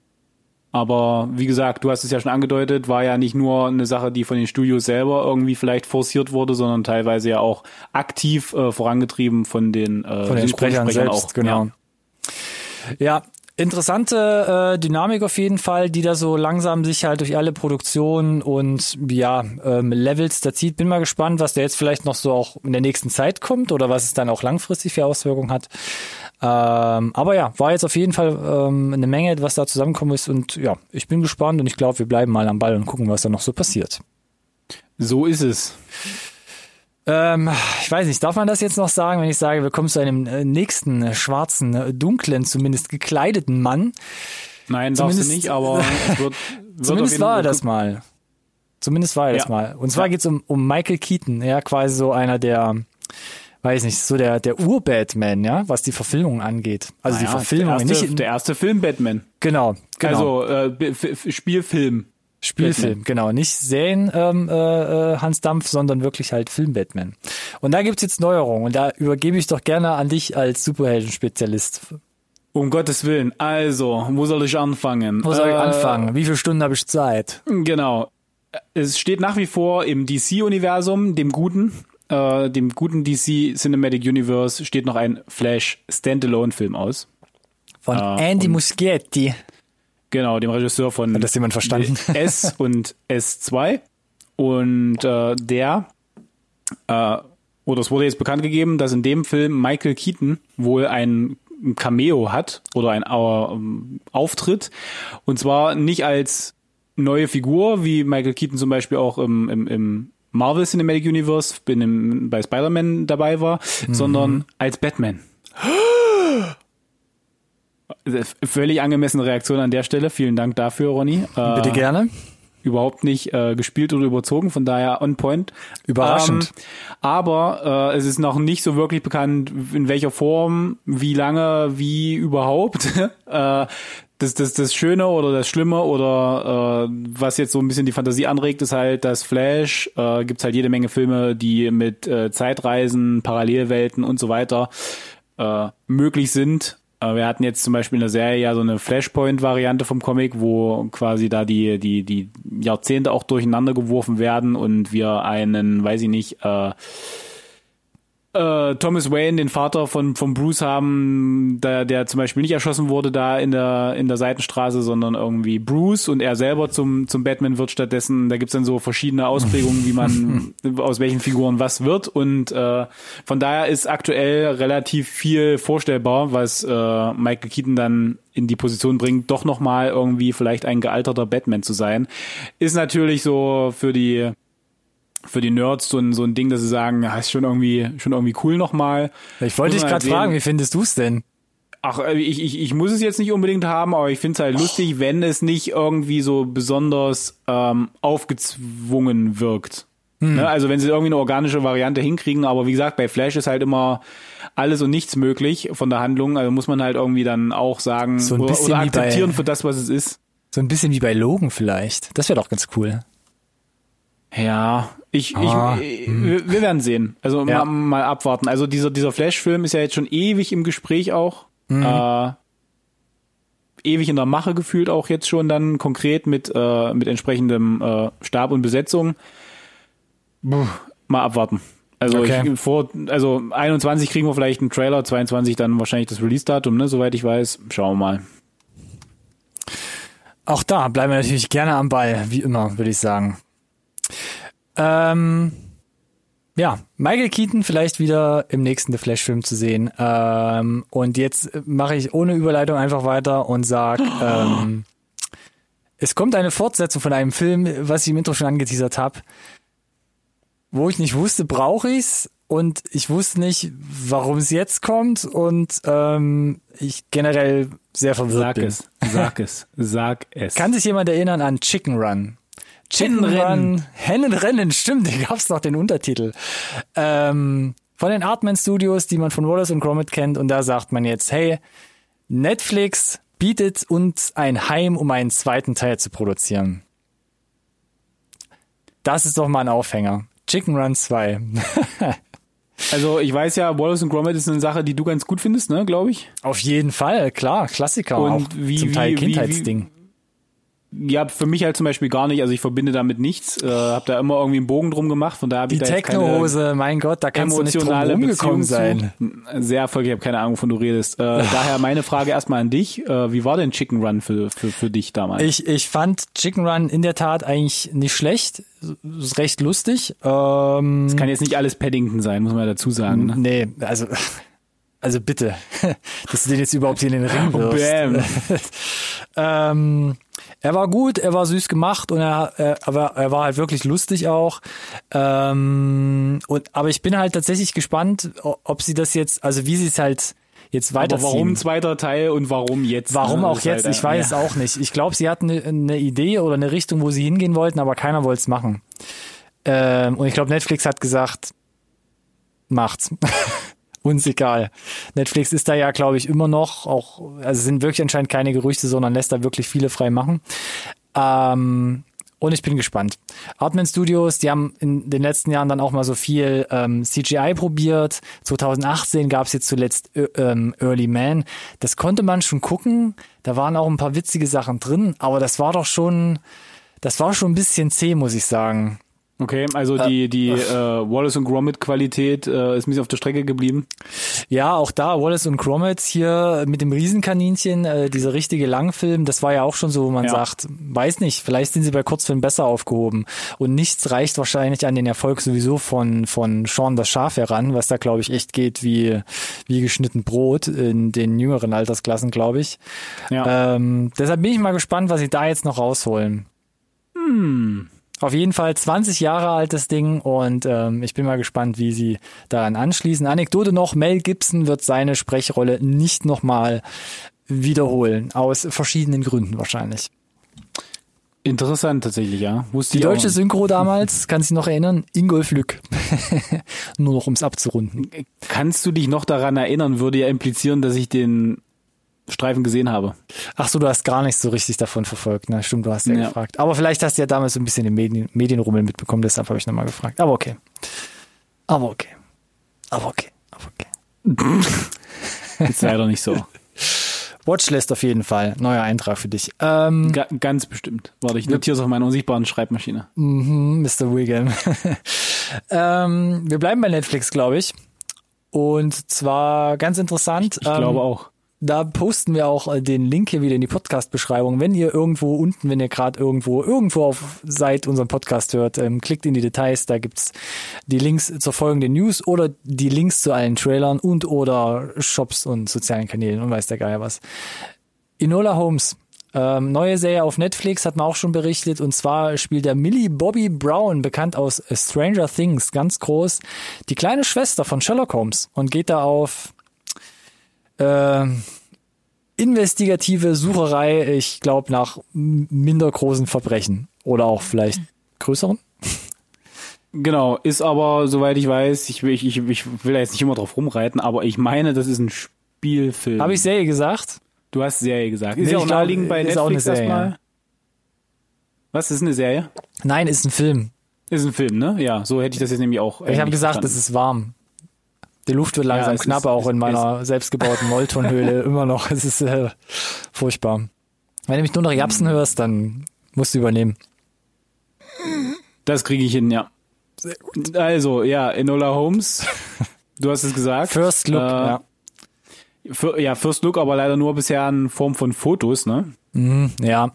aber wie gesagt, du hast es ja schon angedeutet, war ja nicht nur eine Sache, die von den Studios selber irgendwie vielleicht forciert wurde, sondern teilweise ja auch aktiv äh, vorangetrieben von den, äh, von den Sprechern selbst, auch. Genau. Ja. Ja, interessante äh, Dynamik auf jeden Fall, die da so langsam sich halt durch alle Produktionen und ja ähm, Levels da zieht. Bin mal gespannt, was da jetzt vielleicht noch so auch in der nächsten Zeit kommt oder was es dann auch langfristig für Auswirkungen hat. Ähm, aber ja, war jetzt auf jeden Fall ähm, eine Menge, was da zusammengekommen ist und ja, ich bin gespannt und ich glaube, wir bleiben mal am Ball und gucken, was da noch so passiert. So ist es. Ähm, ich weiß nicht, darf man das jetzt noch sagen, wenn ich sage, wir kommen zu einem äh, nächsten äh, schwarzen, äh, dunklen, zumindest gekleideten Mann? Nein, zumindest, darfst du nicht, aber es wird, wird zumindest war er das mal. Zumindest war er ja. das mal. Und zwar ja. geht's um, um Michael Keaton, ja, quasi so einer der, weiß nicht, so der, der Ur-Batman, ja, was die Verfilmung angeht. Also naja, die Verfilmung, der erste, nicht in, der erste Film Batman. Genau, genau. Also äh, F- Spielfilm. Spielfilm, Batman. Genau. Nicht Serien ähm, äh, Hans Dampf, sondern wirklich halt Film Batman. Und da gibt's jetzt Neuerungen und da übergebe ich doch gerne an dich als Superhelden-Spezialist. Um Gottes Willen. Also, wo soll ich anfangen? Wo soll ich äh, anfangen? Wie viele Stunden habe ich Zeit? Genau. Es steht nach wie vor im D C-Universum, dem guten, äh, dem guten D C Cinematic Universe, steht noch ein Flash Standalone-Film aus. Von äh, Andy Muschietti. Genau, dem Regisseur von Hat das jemand verstanden? S und S zwei. Und äh, der, äh, oder es wurde jetzt bekannt gegeben, dass in dem Film Michael Keaton wohl ein Cameo hat oder ein äh, Auftritt. Und zwar nicht als neue Figur, wie Michael Keaton zum Beispiel auch im, im, im Marvel Cinematic Universe in dem, bei Spider-Man dabei war, mhm. sondern als Batman. Völlig angemessene Reaktion an der Stelle. Vielen Dank dafür, Ronny. Bitte äh, gerne. Überhaupt nicht äh, gespielt oder überzogen, von daher on point. Überraschend. Ähm, aber äh, es ist noch nicht so wirklich bekannt, in welcher Form, wie lange, wie überhaupt. äh, das, das, das Schöne oder das Schlimme oder äh, was jetzt so ein bisschen die Fantasie anregt, ist halt, dass Flash, äh, gibt's halt jede Menge Filme, die mit äh, Zeitreisen, Parallelwelten und so weiter äh, möglich sind. Wir hatten jetzt zum Beispiel in der Serie ja so eine Flashpoint-Variante vom Comic, wo quasi da die die die Jahrzehnte auch durcheinander geworfen werden und wir einen, weiß ich nicht, äh, äh, Thomas Wayne, den Vater von, von Bruce haben, der, der zum Beispiel nicht erschossen wurde da in der, in der Seitenstraße, sondern irgendwie Bruce und er selber zum, zum Batman wird stattdessen. Da gibt's dann so verschiedene Ausprägungen, wie man, aus welchen Figuren was wird. Und äh, von daher ist aktuell relativ viel vorstellbar, was äh, Michael Keaton dann in die Position bringt, doch nochmal irgendwie vielleicht ein gealterter Batman zu sein. Ist natürlich so für die für die Nerds so ein, so ein Ding, dass sie sagen, ja, ist schon irgendwie, schon irgendwie cool nochmal. Ich wollte dich gerade halt fragen, wie findest du es denn? Ach, ich, ich, ich muss es jetzt nicht unbedingt haben, aber ich finde es halt oh. lustig, wenn es nicht irgendwie so besonders ähm, aufgezwungen wirkt. Hm. Ne? Also wenn sie irgendwie eine organische Variante hinkriegen, aber wie gesagt, bei Flash ist halt immer alles und nichts möglich von der Handlung, also muss man halt irgendwie dann auch sagen, so ein oder, oder akzeptieren bei, für das, was es ist. So ein bisschen wie bei Logan vielleicht. Das wäre doch ganz cool. Ja, ich, ah, ich, wir, wir werden sehen. Also ja. mal, mal abwarten. Also dieser dieser Flash-Film ist ja jetzt schon ewig im Gespräch auch. Mhm. Äh, ewig in der Mache gefühlt auch jetzt schon dann konkret mit äh, mit entsprechendem äh, Stab und Besetzung. Puh, mal abwarten. Also okay. ich, vor also einundzwanzig kriegen wir vielleicht einen Trailer, zweiundzwanzig dann wahrscheinlich das Release-Datum, ne, soweit ich weiß. Schauen wir mal. Auch da bleiben wir natürlich gerne am Ball, wie immer, würde ich sagen. Ähm, ja, Michael Keaton vielleicht wieder im nächsten The Flash-Film zu sehen. Ähm, und jetzt mache ich ohne Überleitung einfach weiter und sage, ähm, es kommt eine Fortsetzung von einem Film, was ich im Intro schon angeteasert habe, wo ich nicht wusste, brauche ich's und ich wusste nicht, warum es jetzt kommt und ähm, ich generell sehr verwirrt sag bin. Es, sag es, sag es. Kann sich jemand erinnern an Chicken Run? Chicken Run, Hennenrennen, stimmt, da gab's noch den Untertitel. Ähm, von den Artman Studios, die man von Wallace und Gromit kennt, und da sagt man jetzt, hey, Netflix bietet uns ein Heim, um einen zweiten Teil zu produzieren. Das ist doch mal ein Aufhänger. Chicken Run zwei. Also ich weiß ja, Wallace und Gromit ist eine Sache, die du ganz gut findest, ne, glaube ich. Auf jeden Fall, klar, Klassiker. Und auch wie, zum Teil wie, Kindheitsding. Wie, wie, ja, für mich halt zum Beispiel gar nicht. Also ich verbinde damit nichts. Äh, hab da immer irgendwie einen Bogen drum gemacht. Von daher habe ich da Die Techno-Hose, mein Gott, da kannst du nicht drum rumgekommen sein. Sehr erfolgreich, ich habe keine Ahnung, wovon du redest. Äh, daher meine Frage erstmal an dich. Äh, wie war denn Chicken Run für, für, für dich damals? Ich, ich fand Chicken Run in der Tat eigentlich nicht schlecht. Ist recht lustig. Ähm, das kann jetzt nicht alles Paddington sein, muss man dazu sagen. Ne? Nee, also... Also bitte, dass du den jetzt überhaupt hier in den Ring wirfst. ähm, er war gut, er war süß gemacht und er, er, er, er war halt wirklich lustig auch. Ähm, und, aber ich bin halt tatsächlich gespannt, ob sie das jetzt, also wie sie es halt jetzt weiterziehen. Aber warum ein zweiter Teil und warum jetzt? Warum ne? auch jetzt? Halt, ich weiß ja. es auch nicht. Ich glaube, sie hatten eine, eine Idee oder eine Richtung, wo sie hingehen wollten, aber keiner wollte es machen. Ähm, und ich glaube, Netflix hat gesagt, macht's. Uns egal. Netflix ist da ja, glaube ich, immer noch, auch, also sind wirklich anscheinend keine Gerüchte, sondern lässt da wirklich viele frei machen. Ähm, und ich bin gespannt. Artman Studios, die haben in den letzten Jahren dann auch mal so viel ähm, C G I probiert. zwanzig achtzehn gab es jetzt zuletzt ähm, Early Man. Das konnte man schon gucken. Da waren auch ein paar witzige Sachen drin, aber das war doch schon, das war schon ein bisschen zäh, muss ich sagen. Okay, also die die äh, Wallace und Gromit Qualität äh, ist ein bisschen auf der Strecke geblieben. Ja, auch da Wallace und Gromit hier mit dem Riesenkaninchen, äh, dieser richtige Langfilm, das war ja auch schon so, wo man ja. sagt, weiß nicht, vielleicht sind sie bei Kurzfilmen besser aufgehoben und nichts reicht wahrscheinlich an den Erfolg sowieso von von Shaun das Schaf heran, was da glaube ich echt geht wie wie geschnitten Brot in den jüngeren Altersklassen, glaube ich. Ja. Ähm, deshalb bin ich mal gespannt, was sie da jetzt noch rausholen. Hm. Auf jeden Fall zwanzig Jahre alt das Ding und ähm, ich bin mal gespannt, wie sie daran anschließen. Anekdote noch, Mel Gibson wird seine Sprechrolle nicht nochmal wiederholen, aus verschiedenen Gründen wahrscheinlich. Interessant tatsächlich, ja. Wusste Die deutsche Synchro damals, kannst du dich noch erinnern? Ingolf Lück. Nur noch ums abzurunden. Kannst du dich noch daran erinnern, würde ja implizieren, dass ich den Streifen gesehen habe. Ach so, du hast gar nicht so richtig davon verfolgt, ne? Stimmt, du hast ja, ja gefragt. Aber vielleicht hast du ja damals so ein bisschen den Medien, Medienrummel mitbekommen, deshalb habe ich nochmal gefragt. Aber okay. Aber okay. Aber okay. Aber okay. Ist leider nicht so. Watchlist auf jeden Fall. Neuer Eintrag für dich. Ähm, Ga- ganz bestimmt. Warte, ich notiere es auf meiner unsichtbaren Schreibmaschine. Mhm, Mister Wiggum. ähm, wir bleiben bei Netflix, glaube ich. Und zwar ganz interessant. Ich glaube auch. Da posten wir auch den Link hier wieder in die Podcast-Beschreibung. Wenn ihr irgendwo unten, wenn ihr gerade irgendwo irgendwo auf seid, unseren Podcast hört, ähm, klickt in die Details, da gibt's die Links zur folgenden News oder die Links zu allen Trailern und oder Shops und sozialen Kanälen und weiß der Geier was. Enola Holmes, ähm, neue Serie auf Netflix, hat man auch schon berichtet, und zwar spielt der Millie Bobby Brown, bekannt aus Stranger Things, ganz groß, die kleine Schwester von Sherlock Holmes und geht da auf Äh, investigative Sucherei, ich glaube, nach minder großen Verbrechen oder auch vielleicht größeren. Genau, ist aber, soweit ich weiß, ich will, ich, ich, ich will da jetzt nicht immer drauf rumreiten, aber ich meine, das ist ein Spielfilm. Habe ich Serie gesagt? Du hast Serie gesagt. Ist Nee, ja auch ich glaub, naheliegend bei ist Netflix auch eine Serie, erstmal. ja. Was, ist eine Serie? Nein, ist ein Film. Ist ein Film, ne? Ja, so hätte ich das jetzt nämlich auch. Ich habe gesagt, es ist warm. Die Luft wird langsam Ja, knapp, ist, auch ist, in meiner ist, selbstgebauten Moltonhöhle immer noch. Es ist äh, furchtbar. Wenn du mich nur noch japsen hörst, dann musst du übernehmen. Das kriege ich hin, ja. Sehr gut. Also, ja, Enola Holmes, du hast es gesagt. First Look, äh, ja. Für, ja, First Look, aber leider nur bisher in Form von Fotos, ne? Mhm, ja.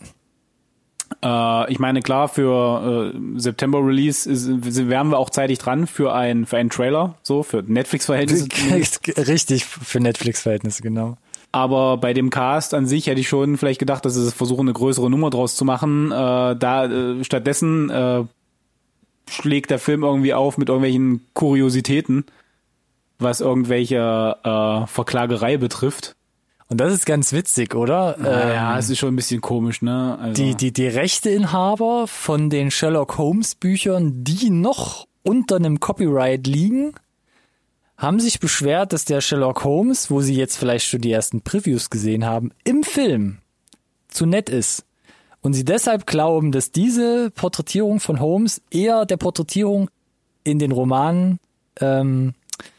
Äh, ich meine, klar, für äh, September-Release ist, wären wir auch zeitig dran für ein für einen Trailer, so, für Netflix-Verhältnisse. Richtig, für Netflix-Verhältnisse, genau. Aber bei dem Cast an sich hätte ich schon vielleicht gedacht, dass sie versuchen, eine größere Nummer draus zu machen. Äh, da äh, stattdessen äh, schlägt der Film irgendwie auf mit irgendwelchen Kuriositäten, was irgendwelche äh, Verklagerei betrifft. Und das ist ganz witzig, oder? Ja, ähm, es ist schon ein bisschen komisch, ne? Also. Die, die, die Rechteinhaber von den Sherlock Holmes Büchern, die noch unter einem Copyright liegen, haben sich beschwert, dass der Sherlock Holmes, wo sie jetzt vielleicht schon die ersten Previews gesehen haben, im Film zu nett ist. Und sie deshalb glauben, dass diese Porträtierung von Holmes eher der Porträtierung in den Romanen ähm,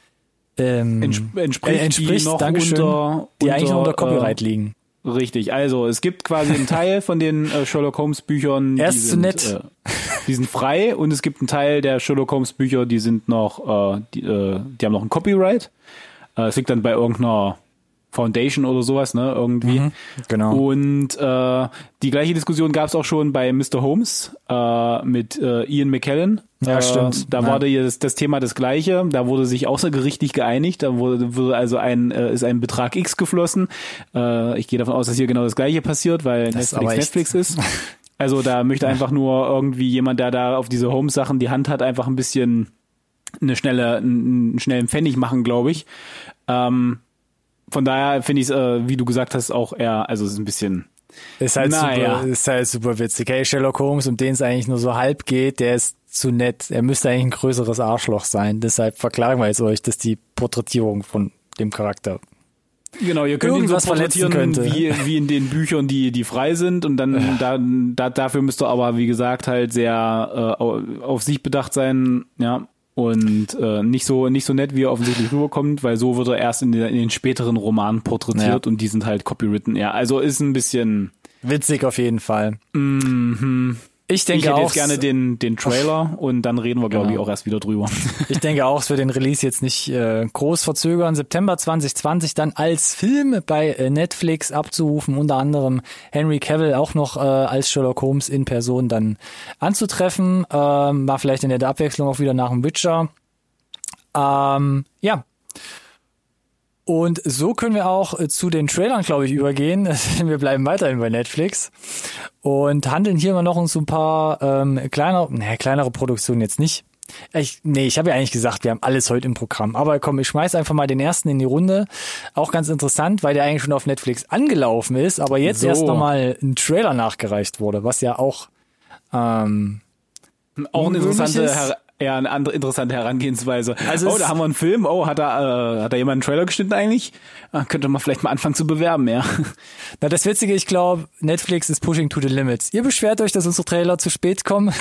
ähm, Entsp- entspricht, äh, entspricht die noch Dankeschön, unter, die unter, eigentlich noch unter Copyright äh, liegen. Richtig, also es gibt quasi einen Teil von den äh, Sherlock Holmes Büchern, Er die ist zu sind, nett. Äh, die sind frei, und es gibt einen Teil der Sherlock Holmes Bücher, die sind noch, äh, die, äh, die haben noch ein Copyright. Äh, es liegt dann bei irgendeiner Foundation oder sowas, ne, irgendwie. Mhm, genau. Und äh, die gleiche Diskussion gab es auch schon bei Mister Holmes äh, mit äh, Ian McKellen. Ja, äh, stimmt. Da Ja. war das, das Thema das gleiche. Da wurde sich außergerichtlich geeinigt. Da wurde, wurde also ein äh, ist ein Betrag X geflossen. Äh, ich gehe davon aus, dass hier genau das gleiche passiert, weil Das ist Netflix aber echt- Netflix ist. Also da möchte einfach nur irgendwie jemand, der da auf diese Holmes-Sachen die Hand hat, einfach ein bisschen eine schnelle, einen schnellen Pfennig machen, glaube ich. Ähm, von daher finde ich es, äh, wie du gesagt hast, auch eher, also es ist ein bisschen. Ist halt, Naja. super, ist halt super witzig. Hey, Sherlock Holmes, um den es eigentlich nur so halb geht, der ist zu nett. Er müsste eigentlich ein größeres Arschloch sein. Deshalb verklagen wir jetzt euch, dass die Porträtierung von dem Charakter Genau, ihr könnt ihn so irgendwas verletzen porträtieren, könnte. wie, wie in den Büchern, die, die frei sind, und dann da, da, dafür müsst ihr aber, wie gesagt, halt sehr äh, au- auf sich bedacht sein, ja, und äh, nicht so nicht so nett, wie er offensichtlich rüberkommt, weil so wird er erst in, den- in den späteren Romanen porträtiert, Ja. und die sind halt copywritten, ja, also ist ein bisschen. witzig auf jeden Fall. Mhm. Ich denke Ich hätte auch, jetzt gerne den, den Trailer, und dann reden wir, glaube Genau. ich, auch erst wieder drüber. ich denke auch, es wird den Release jetzt nicht äh, groß verzögern. September zwanzig zwanzig dann als Film bei äh, Netflix abzurufen, unter anderem Henry Cavill auch noch äh, als Sherlock Holmes in Person dann anzutreffen. Ähm, war vielleicht in der Abwechslung auch wieder nach dem Witcher. Ähm, ja. Und so können wir auch äh, zu den Trailern, glaube ich, übergehen. Wir bleiben weiterhin bei Netflix und handeln hier mal noch uns so ein paar ähm, kleiner, naja, kleinere Produktionen jetzt nicht. Ich, nee, ich habe ja eigentlich gesagt, wir haben alles heute im Programm. Aber komm, ich schmeiß einfach mal den ersten in die Runde. Auch ganz interessant, weil der eigentlich schon auf Netflix angelaufen ist, aber jetzt So. erst nochmal ein Trailer nachgereicht wurde, was ja auch ähm, Auch eine interessante, Ungewöhnliches. Her ja, eine andere interessante Herangehensweise. Also oh, es- da haben wir einen Film. Oh, hat da, äh, hat da jemand einen Trailer geschnitten eigentlich? Ah, könnte man vielleicht mal anfangen zu bewerben, ja. Na, das Witzige, ich glaube, Netflix ist pushing to the limits. Ihr beschwert euch, dass unsere Trailer zu spät kommen.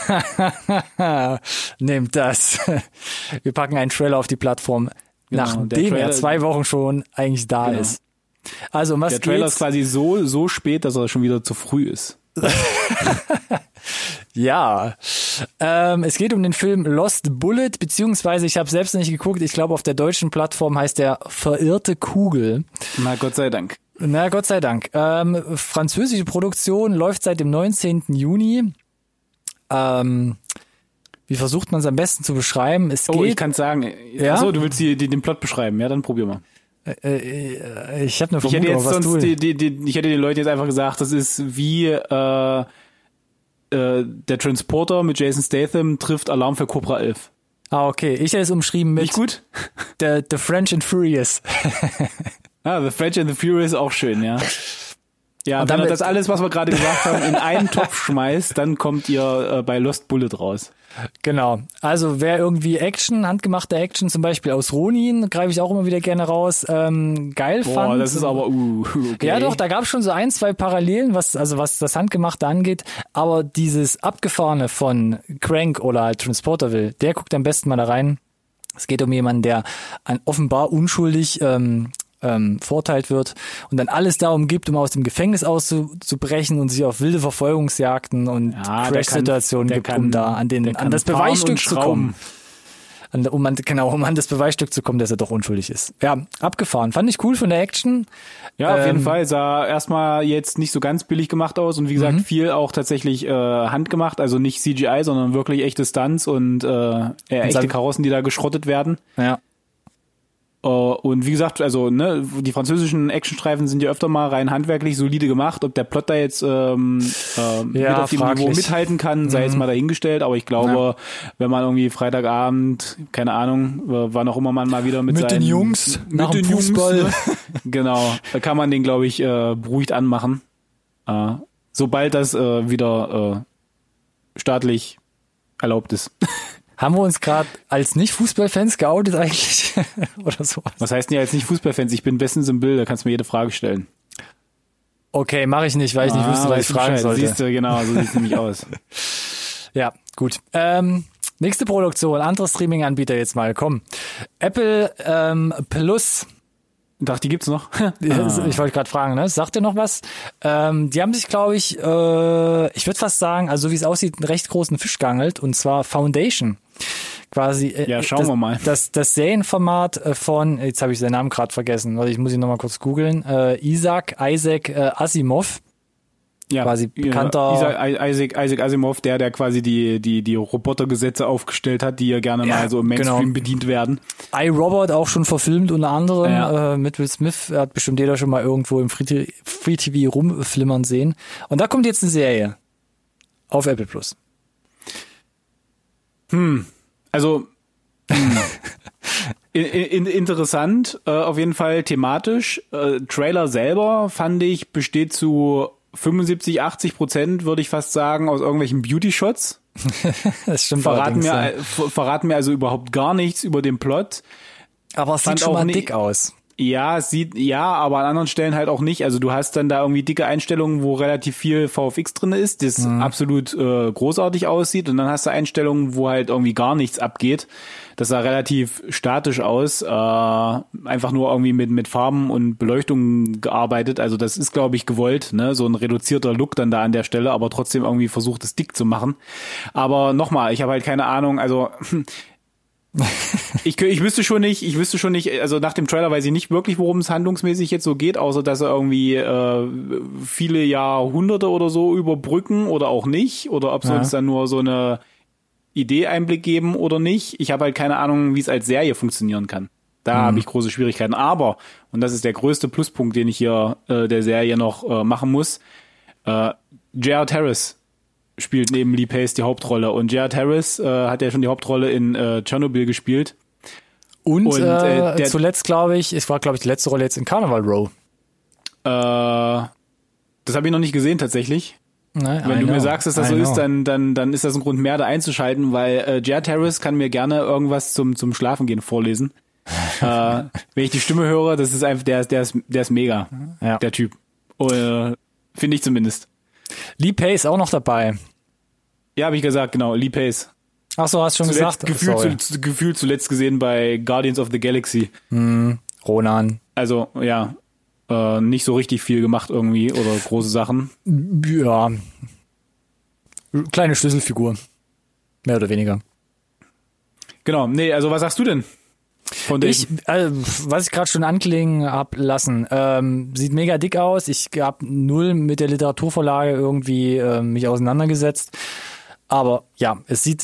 Nehmt das. Wir packen einen Trailer auf die Plattform, Genau, nachdem der Trailer- er zwei Wochen schon eigentlich da Genau. ist. Also, um was Der Trailer geht's? ist quasi so, so spät, dass er schon wieder zu früh ist. Ja, ähm, es geht um den Film Lost Bullet, beziehungsweise ich habe selbst nicht geguckt, ich glaube auf der deutschen Plattform heißt der Verirrte Kugel. Na, Gott sei Dank. Na, Gott sei Dank. Ähm, französische Produktion läuft seit dem neunzehnten Juni. Ähm, wie versucht man es am besten zu beschreiben? Es oh, geht, ich kann sagen. Ja? Achso, du willst die, die, den Plot beschreiben. Ja, dann probier mal. Äh, äh, ich habe eine Ich hätte Vermutung, jetzt was sonst du... die, die, die, ich hätte den Leuten jetzt einfach gesagt, das ist wie äh, äh, der Transporter mit Jason Statham trifft Alarm für Cobra elf. Ah, okay. Ich hätte es umschrieben mit Nicht gut? The, the French and Furious. Ah, The French and the Furious auch schön, ja. Ja, Und wenn dann ihr das alles, was wir gerade gesagt haben, in einen Topf schmeißt, dann kommt ihr äh, bei Lost Bullet raus. Genau. Also wer irgendwie Action, handgemachte Action, zum Beispiel aus Ronin, greife ich auch immer wieder gerne raus, ähm, geil Boah, fand. das ist aber, uh, okay. Ja doch, da gab es schon so ein, zwei Parallelen, was also was das Handgemachte angeht, aber dieses Abgefahrene von Crank oder halt Transporterville, der guckt am besten mal da rein. Es geht um jemanden, der ein offenbar unschuldig ähm, ähm, verurteilt wird und dann alles darum gibt, um aus dem Gefängnis auszubrechen und sich auf wilde Verfolgungsjagden und Ja, Crash-Situationen der gibt, kann- um da an den der kann an das fahren Beweisstück und zu schrauben. kommen. An, um an, genau, um an das Beweisstück zu kommen, dass er doch unschuldig ist. Ja, abgefahren. Fand ich cool von der Action. Ja, auf jeden Ähm, Fall. Sah erstmal jetzt nicht so ganz billig gemacht aus und wie gesagt, Mhm. viel auch tatsächlich äh, handgemacht, also nicht C G I, sondern wirklich echte Stunts und äh, eher echte sag- Karossen, die da geschrottet werden. Ja. Äh, und wie gesagt, also ne, die französischen Actionstreifen sind ja öfter mal rein handwerklich solide gemacht. Ob der Plot da jetzt ähm, äh, mit Ja, auf dem fraglich. Niveau mithalten kann, sei jetzt mal dahingestellt. Aber ich glaube, wenn man irgendwie Freitagabend, keine Ahnung, äh, wann auch immer man mal wieder mit, Mit seinen den Jungs, mit nach dem den Jungs, Fußball. ne? Genau, da kann man den, glaube ich, äh, beruhigt anmachen. Äh, sobald das äh, wieder äh, staatlich erlaubt ist. Haben wir uns gerade als Nicht-Fußballfans geoutet eigentlich? Oder sowas? Was heißt denn ja jetzt nicht Fußballfans? Ich bin bestens im Bild, da kannst du mir jede Frage stellen. Okay, mache ich nicht, weil ich nicht wusste, was ich fragen sollte. Siehst du, genau, so sieht's nämlich aus. Ja, gut. Ähm, nächste Produktion, andere Streaming-Anbieter jetzt mal, komm. Apple ähm, Plus. Ich dachte, die gibt's noch. Ich wollte gerade fragen, ne? Sagt ihr noch was? Ähm, die haben sich, glaube ich, äh, ich würde fast sagen, also so wie es aussieht, einen recht großen Fisch geangelt, und zwar Foundation. Quasi. Äh, Ja, schauen das, wir mal. Das, das Serienformat äh, von, jetzt habe ich seinen Namen gerade vergessen, also ich muss ihn nochmal kurz googeln, äh, Isaac, Isaac äh, Asimov. Ja, quasi bekannter- Isaac, Isaac, Isaac Asimov, der, der quasi die, die, die Robotergesetze aufgestellt hat, die ja gerne Ja, mal so im Mainstream genau. bedient werden. iRobot auch schon verfilmt, unter anderem Ja. äh, mit Will Smith. Er hat bestimmt jeder schon mal irgendwo im Free- Free-T V rumflimmern sehen. Und da kommt jetzt eine Serie auf Apple Plus. Also, hm. in, in, interessant, äh, auf jeden Fall thematisch. Äh, Trailer selber, fand ich, besteht zu fünfundsiebzig, achtzig Prozent, würde ich fast sagen, aus irgendwelchen Beauty-Shots. Das stimmt Verraten allerdings, mir, ja. äh, ver- verraten mir also überhaupt gar nichts über den Plot. Aber es sieht fand schon auch mal nie- dick aus. Ja, es sieht, ja, aber an anderen Stellen halt auch nicht. Also du hast dann da irgendwie dicke Einstellungen, wo relativ viel V F X drin ist, das absolut äh, großartig aussieht. Und dann hast du Einstellungen, wo halt irgendwie gar nichts abgeht. Das sah relativ statisch aus, äh, einfach nur irgendwie mit mit Farben und Beleuchtung gearbeitet. Also das ist, glaube ich, gewollt, ne, so ein reduzierter Look dann da an der Stelle, aber trotzdem irgendwie versucht, es dick zu machen. Aber nochmal, ich habe halt keine Ahnung, also ich, ich wüsste schon nicht, ich wüsste schon nicht, also nach dem Trailer weiß ich nicht wirklich, worum es handlungsmäßig jetzt so geht, außer dass er irgendwie äh, viele Jahrhunderte oder so überbrücken oder auch nicht, oder ob sie Ja. uns dann nur so eine Idee Einblick geben oder nicht. Ich habe halt keine Ahnung, wie es als Serie funktionieren kann. Da habe ich große Schwierigkeiten. Aber, und das ist der größte Pluspunkt, den ich hier äh, der Serie noch äh, machen muss, äh, Jared Harris spielt neben Lee Pace die Hauptrolle. Und Jared Harris äh, hat ja schon die Hauptrolle in äh, Chernobyl gespielt. Und, Und, äh, äh, der- zuletzt, glaube ich, es war, glaube ich, die letzte Rolle jetzt in Carnival Row. Äh, das habe ich noch nicht gesehen tatsächlich. Ne? Wenn I du know. mir sagst, dass das I so know. ist, dann, dann, dann ist das ein Grund mehr, da einzuschalten, weil äh, Jared Harris kann mir gerne irgendwas zum, zum Schlafengehen vorlesen. äh, wenn ich die Stimme höre, das ist einfach, der, ist- der ist, der ist mega, Ja. der Typ. Äh, Finde ich zumindest. Lee Pace auch noch dabei. Ja, habe ich gesagt, genau, Lee Pace. Ach so, hast schon Zuletzt, gesagt. gefühlt, Sorry. zu, gefühlt zuletzt gesehen bei Guardians of the Galaxy. Ronan. Also, ja, äh, nicht so richtig viel gemacht irgendwie oder große Sachen. Ja. Kleine Schlüsselfigur. Mehr oder weniger. Genau, nee, also was sagst du denn? Von ich, also, was ich gerade schon anklingen hab lassen, ähm, sieht mega dick aus. Ich habe null mit der Literaturvorlage irgendwie äh, mich auseinandergesetzt. Aber ja, es sieht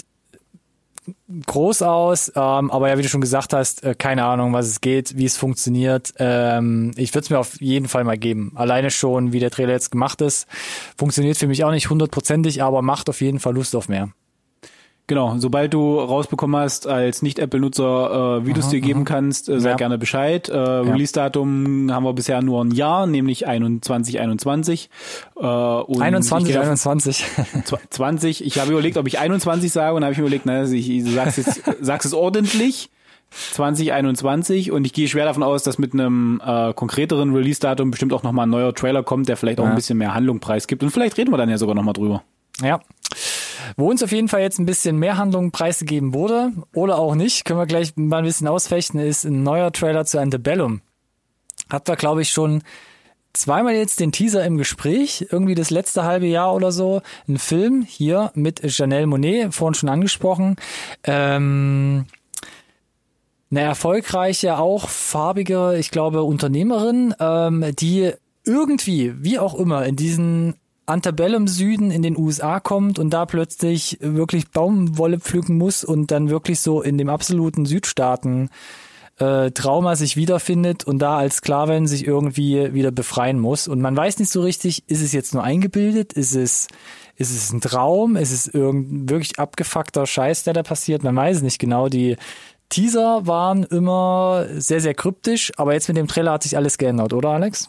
groß aus, ähm, aber ja, wie du schon gesagt hast, äh, keine Ahnung, was es geht, wie es funktioniert. Ähm, ich würde es mir auf jeden Fall mal geben. Alleine schon, wie der Trailer jetzt gemacht ist, funktioniert für mich auch nicht hundertprozentig, aber macht auf jeden Fall Lust auf mehr. Genau, sobald du rausbekommen hast, als Nicht-Apple-Nutzer, äh, wie du es dir geben kannst, äh, sag ja. gerne Bescheid. Äh, ja. Release-Datum haben wir bisher nur ein Jahr, nämlich einundzwanzig einundzwanzig. Äh, und einundzwanzig einundzwanzig. zwanzig. Ich habe überlegt, ob ich einundzwanzig sage, und habe ich mir überlegt, na, ich, ich sag's jetzt, sag's es ordentlich. zwanzig einundzwanzig, und ich gehe schwer davon aus, dass mit einem äh, konkreteren Release-Datum bestimmt auch nochmal ein neuer Trailer kommt, der vielleicht auch ja. ein bisschen mehr Handlung preisgibt, und vielleicht reden wir dann ja sogar nochmal drüber. Ja. Wo uns auf jeden Fall jetzt ein bisschen mehr Handlung preisgegeben wurde, oder auch nicht, können wir gleich mal ein bisschen ausfechten, ist ein neuer Trailer zu Antebellum. Habt wir, glaube ich, schon zweimal jetzt den Teaser im Gespräch, irgendwie das letzte halbe Jahr oder so. Ein Film hier mit Janelle Monáe, vorhin schon angesprochen. Ähm, eine erfolgreiche, auch farbige, ich glaube, Unternehmerin, ähm, die irgendwie, wie auch immer, in diesen Antebellum-Süden in den U S A kommt und da plötzlich wirklich Baumwolle pflücken muss und dann wirklich so in dem absoluten Südstaaten äh, Trauma sich wiederfindet und da als Sklavin sich irgendwie wieder befreien muss. Und man weiß nicht so richtig, ist es jetzt nur eingebildet, ist es ist es ein Traum, ist es irgendein wirklich abgefuckter Scheiß, der da passiert, man weiß es nicht genau. Die Teaser waren immer sehr, sehr kryptisch, aber jetzt mit dem Trailer hat sich alles geändert, oder Alex?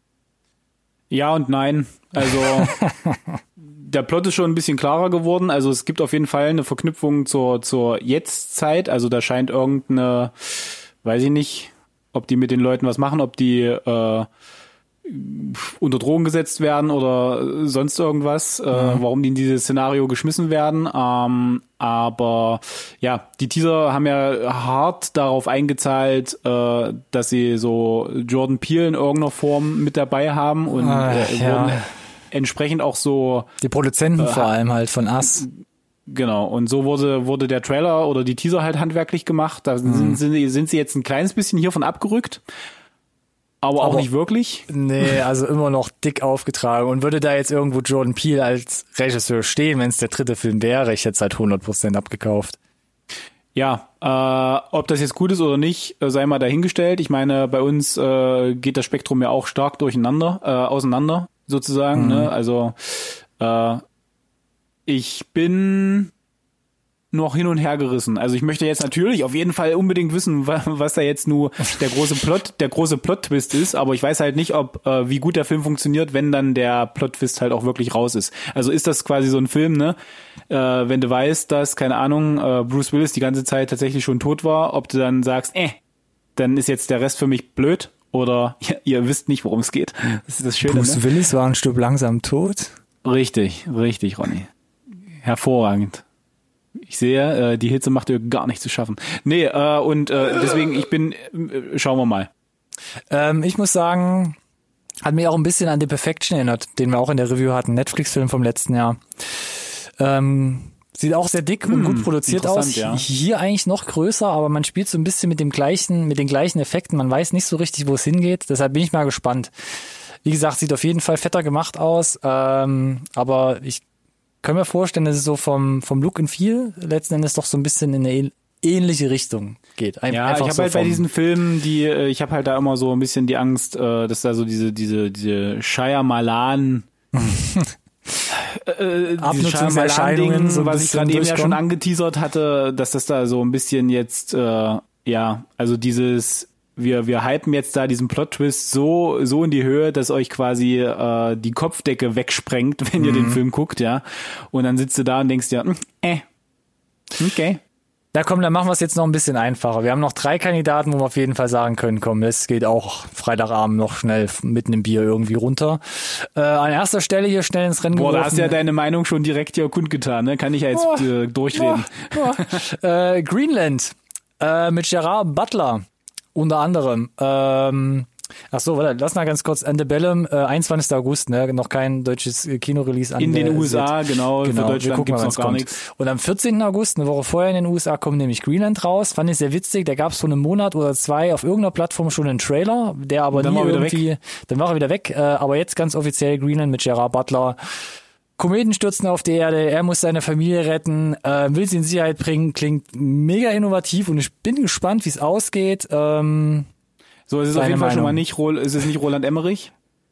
Ja und nein. Also der Plot ist schon ein bisschen klarer geworden. Also es gibt auf jeden Fall eine Verknüpfung zur zur Jetztzeit. Also da scheint irgendeine, weiß ich nicht, ob die mit den Leuten was machen, ob die äh, unter Drogen gesetzt werden oder sonst irgendwas, mhm. äh, warum die in dieses Szenario geschmissen werden. Ähm, aber ja, die Teaser haben ja hart darauf eingezahlt, äh, dass sie so Jordan Peele in irgendeiner Form mit dabei haben und äh, ja. wurden entsprechend auch so die Produzenten äh, vor allem halt von Us. Genau, und so wurde wurde der Trailer oder die Teaser halt handwerklich gemacht. Da mhm. sind, sind, sind sie jetzt ein kleines bisschen hiervon abgerückt. Aber auch aber, nicht wirklich? Nee, also immer noch dick aufgetragen. Und würde da jetzt irgendwo Jordan Peele als Regisseur stehen, wenn es der dritte Film wäre, ich hätte es halt hundert Prozent abgekauft. Ja, äh, ob das jetzt gut ist oder nicht, sei mal dahingestellt. Ich meine, bei uns äh, geht das Spektrum ja auch stark durcheinander, äh, auseinander sozusagen. Mhm. Ne? Also äh, ich bin noch hin und her gerissen. Also ich möchte jetzt natürlich auf jeden Fall unbedingt wissen, was, was da jetzt nur der große Plot, der große Plot-Twist ist, aber ich weiß halt nicht, ob äh, wie gut der Film funktioniert, wenn dann der Plot-Twist halt auch wirklich raus ist. Also ist das quasi so ein Film, ne? Äh, wenn du weißt, dass, keine Ahnung, äh, Bruce Willis die ganze Zeit tatsächlich schon tot war, ob du dann sagst, äh, dann ist jetzt der Rest für mich blöd, oder ja, ihr wisst nicht, worum es geht. Das ist das Schöne. Bruce ne? Willis war ein Stück langsam tot? Richtig, richtig, Ronny. Hervorragend. Ich sehe, äh, die Hitze macht dir gar nicht zu schaffen. Nee, äh, und äh, deswegen, ich bin, äh, schauen wir mal. Ähm, ich muss sagen, hat mich auch ein bisschen an The Perfection erinnert, den wir auch in der Review hatten, Netflix-Film vom letzten Jahr. Ähm, sieht auch sehr dick und hm, gut produziert aus. Ja. Hier eigentlich noch größer, aber man spielt so ein bisschen mit dem gleichen, mit den gleichen Effekten. Man weiß nicht so richtig, wo es hingeht. Deshalb bin ich mal gespannt. Wie gesagt, sieht auf jeden Fall fetter gemacht aus, ähm, aber ich können wir vorstellen, dass es so vom vom Look and Feel letzten Endes doch so ein bisschen in eine ähnliche Richtung geht. Ein, ja, ich habe so halt bei diesen Filmen, die ich habe halt da immer so ein bisschen die Angst, dass da so diese diese diese Shyamalan äh, Abnutzungserscheinungen, so was ich gerade eben ja schon angeteasert hatte, dass das da so ein bisschen jetzt äh, ja, also dieses Wir wir hypen jetzt da diesen Plot-Twist so so in die Höhe, dass euch quasi äh, die Kopfdecke wegsprengt, wenn ihr mhm. den Film guckt, ja. Und dann sitzt du da und denkst dir, äh, okay. Na komm, dann machen wir es jetzt noch ein bisschen einfacher. Wir haben noch drei Kandidaten, wo wir auf jeden Fall sagen können, komm, das geht auch Freitagabend noch schnell mitten im Bier irgendwie runter. Äh, an erster Stelle hier schnell ins Rennen Boah, geworfen. da hast du ja deine Meinung schon direkt hier kundgetan, ne? Kann ich ja jetzt oh, äh, durchreden. Oh, oh. äh, Greenland äh, mit Gerard Butler. Unter anderem. Ähm, Ach so, warte, lass mal ganz kurz. Antebellum, äh, einundzwanzigster August, ne? Noch kein deutsches Kinorelease an. In den U S A, genau, genau. Für Deutschland gibt's noch gar kommt. nichts. Und am vierzehnten August, eine Woche vorher in den U S A, kommt nämlich Greenland raus. Fand ich sehr witzig. Da gab es vor einem Monat oder zwei auf irgendeiner Plattform schon einen Trailer, der aber dann nie war irgendwie, weg. dann war er wieder weg. Äh, aber jetzt ganz offiziell Greenland mit Gerard Butler. Kometen stürzen auf die Erde, er muss seine Familie retten, äh, will sie in Sicherheit bringen, klingt mega innovativ und ich bin gespannt, wie es ausgeht. Ähm, so, es ist auf jeden Fall Meinung. schon mal nicht, es ist nicht Roland Emmerich.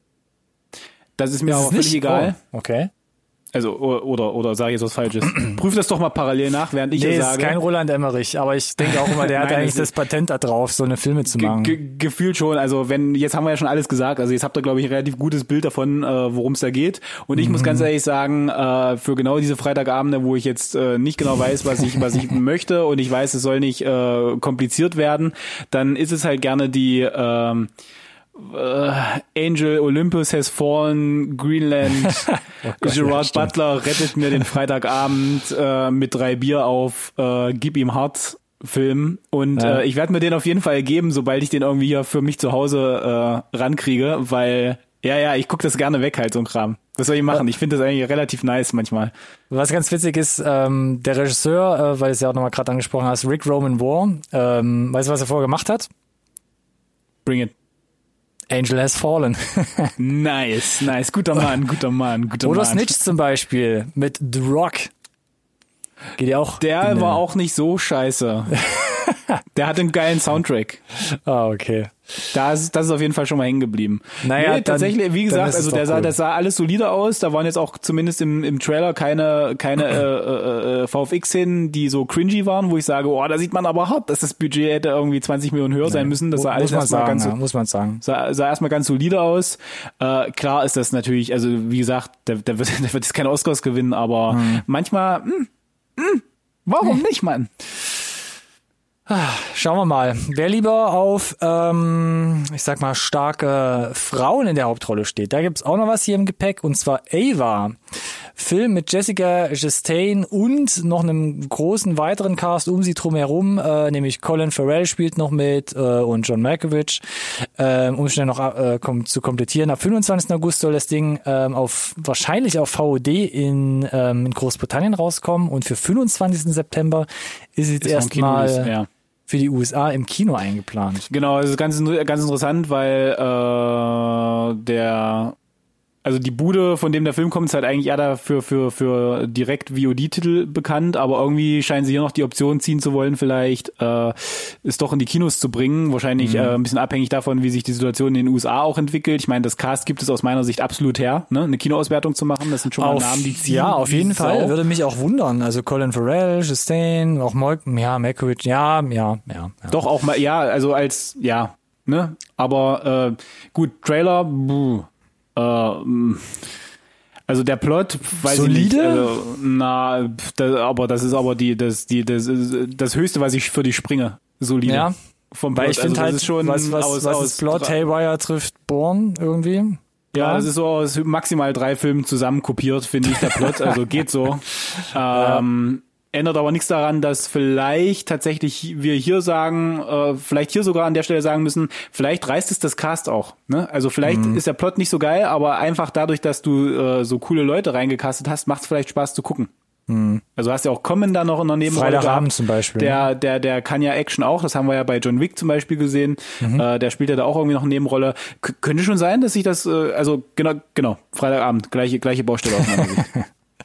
Das ist mir ist auch völlig nicht? egal. Oh, okay. Also, oder, oder, oder sage ich jetzt was Falsches. Prüf das doch mal parallel nach, während ich nee, es sage. Nee, ist kein Roland Emmerich, aber ich denke auch immer, der hat Nein, eigentlich das Patent da drauf, so eine Filme zu machen. Ge- ge- gefühlt schon, also wenn, jetzt haben wir ja schon alles gesagt, also jetzt habt ihr, glaube ich, ein relativ gutes Bild davon, äh, worum es da geht. Und ich mhm. muss ganz ehrlich sagen, äh, für genau diese Freitagabende, wo ich jetzt äh, nicht genau weiß, was ich, was ich möchte und ich weiß, es soll nicht äh, kompliziert werden, dann ist es halt gerne die, ähm, Uh, Angel Olympus has fallen, Greenland, oh Gott, Gerard ja, Butler rettet mir den Freitagabend äh, mit drei Bier auf, äh, gib ihm hart Film und ja. äh, ich werde mir den auf jeden Fall geben, sobald ich den irgendwie hier für mich zu Hause äh, rankriege, weil ja, ja, ich gucke das gerne weg halt, so ein Kram. Was soll ich machen? Ich finde das eigentlich relativ nice manchmal. Was ganz witzig ist, ähm, der Regisseur, äh, weil du es ja auch nochmal gerade angesprochen hast, Rick Roman Moore, ähm, weißt du, was er vorher gemacht hat? Bring it. Angel has fallen. Nice, nice. Guter Mann, guter Mann, guter Oder Mann. Snitch zum Beispiel mit The Rock. Geht ja auch. Der war auch nicht so scheiße. Der hat einen geilen Soundtrack. Ah, okay. Da ist, das ist auf jeden Fall schon mal hängen geblieben. Naja, nee, tatsächlich, dann, wie gesagt, also der sah, cool. das sah alles solide aus. Da waren jetzt auch zumindest im, im Trailer keine, keine äh, äh, V F X-Szenen, die so cringy waren, wo ich sage, oh, da sieht man aber hart, dass das Budget hätte irgendwie zwanzig Millionen höher sein müssen. Das sah alles erstmal ganz, ja, muss man sagen. Sah, sah erstmal ganz solide aus. Äh, klar ist das natürlich, also wie gesagt, der, der wird, der wird jetzt keine Oscars gewinnen, aber hm. manchmal, mh, mh, warum nicht, Mann? Schauen wir mal. Wer lieber auf, ähm, ich sag mal, starke Frauen in der Hauptrolle steht, da gibt's auch noch was hier im Gepäck, und zwar Ava. Film mit Jessica Chastain und noch einem großen weiteren Cast um sie drumherum, äh, nämlich Colin Farrell spielt noch mit äh, und John Malkovich, äh, um schnell noch äh, kom- zu komplettieren. Am fünfundzwanzigsten August soll das Ding ähm, auf wahrscheinlich auf V O D in, ähm, in Großbritannien rauskommen, und für fünfundzwanzigsten September ist es jetzt erstmal ja. für die U S A im Kino eingeplant. Genau, das ist ganz, ganz interessant, weil äh, der Also die Bude, von dem der Film kommt, ist halt eigentlich eher dafür für, für direkt V O D-Titel bekannt, aber irgendwie scheinen sie hier noch die Option ziehen zu wollen, vielleicht äh, es doch in die Kinos zu bringen. Wahrscheinlich mhm. äh, ein bisschen abhängig davon, wie sich die Situation in den U S A auch entwickelt. Ich meine, das Cast gibt es aus meiner Sicht absolut her, ne? Eine Kinoauswertung zu machen. Das sind schon mal auf, Namen, die ziehen. Ja, auf jeden Sau. Fall. Würde mich auch wundern. Also Colin Farrell, Chastain, auch Mal, ja, Malkovich, ja, ja, ja, ja. Doch auch mal, ja, also als, ja, ne? Aber äh, gut, Trailer, buh. Also der Plot, weiß Solide? ich nicht, also, na, das, aber das ist aber die, das, die, das, das Höchste, was ich für dich springe. Solide. Ja. Vom Weil Plot. ich finde also, halt, schon was, was, aus, was aus ist Plot? Haywire trifft Bourne irgendwie. Ja, das ist so aus maximal drei Filmen zusammen kopiert, finde ich, der Plot. Also geht so. ähm, ja. Ändert aber nichts daran, dass vielleicht tatsächlich wir hier sagen, äh, vielleicht hier sogar an der Stelle sagen müssen, vielleicht reißt es das Cast auch. Ne? Also vielleicht mhm. ist der Plot nicht so geil, aber einfach dadurch, dass du äh, so coole Leute reingecastet hast, macht es vielleicht Spaß zu gucken. Mhm. Also hast ja auch Common da noch in der Nebenrolle. Freitagabend zum Beispiel. Der, der, der kann ja Action auch, das haben wir ja bei John Wick zum Beispiel gesehen. Mhm. Äh, der spielt ja da auch irgendwie noch eine Nebenrolle. K- könnte schon sein, dass ich das, äh, also genau, genau, Freitagabend, gleiche, gleiche Baustelle aus meiner Sicht.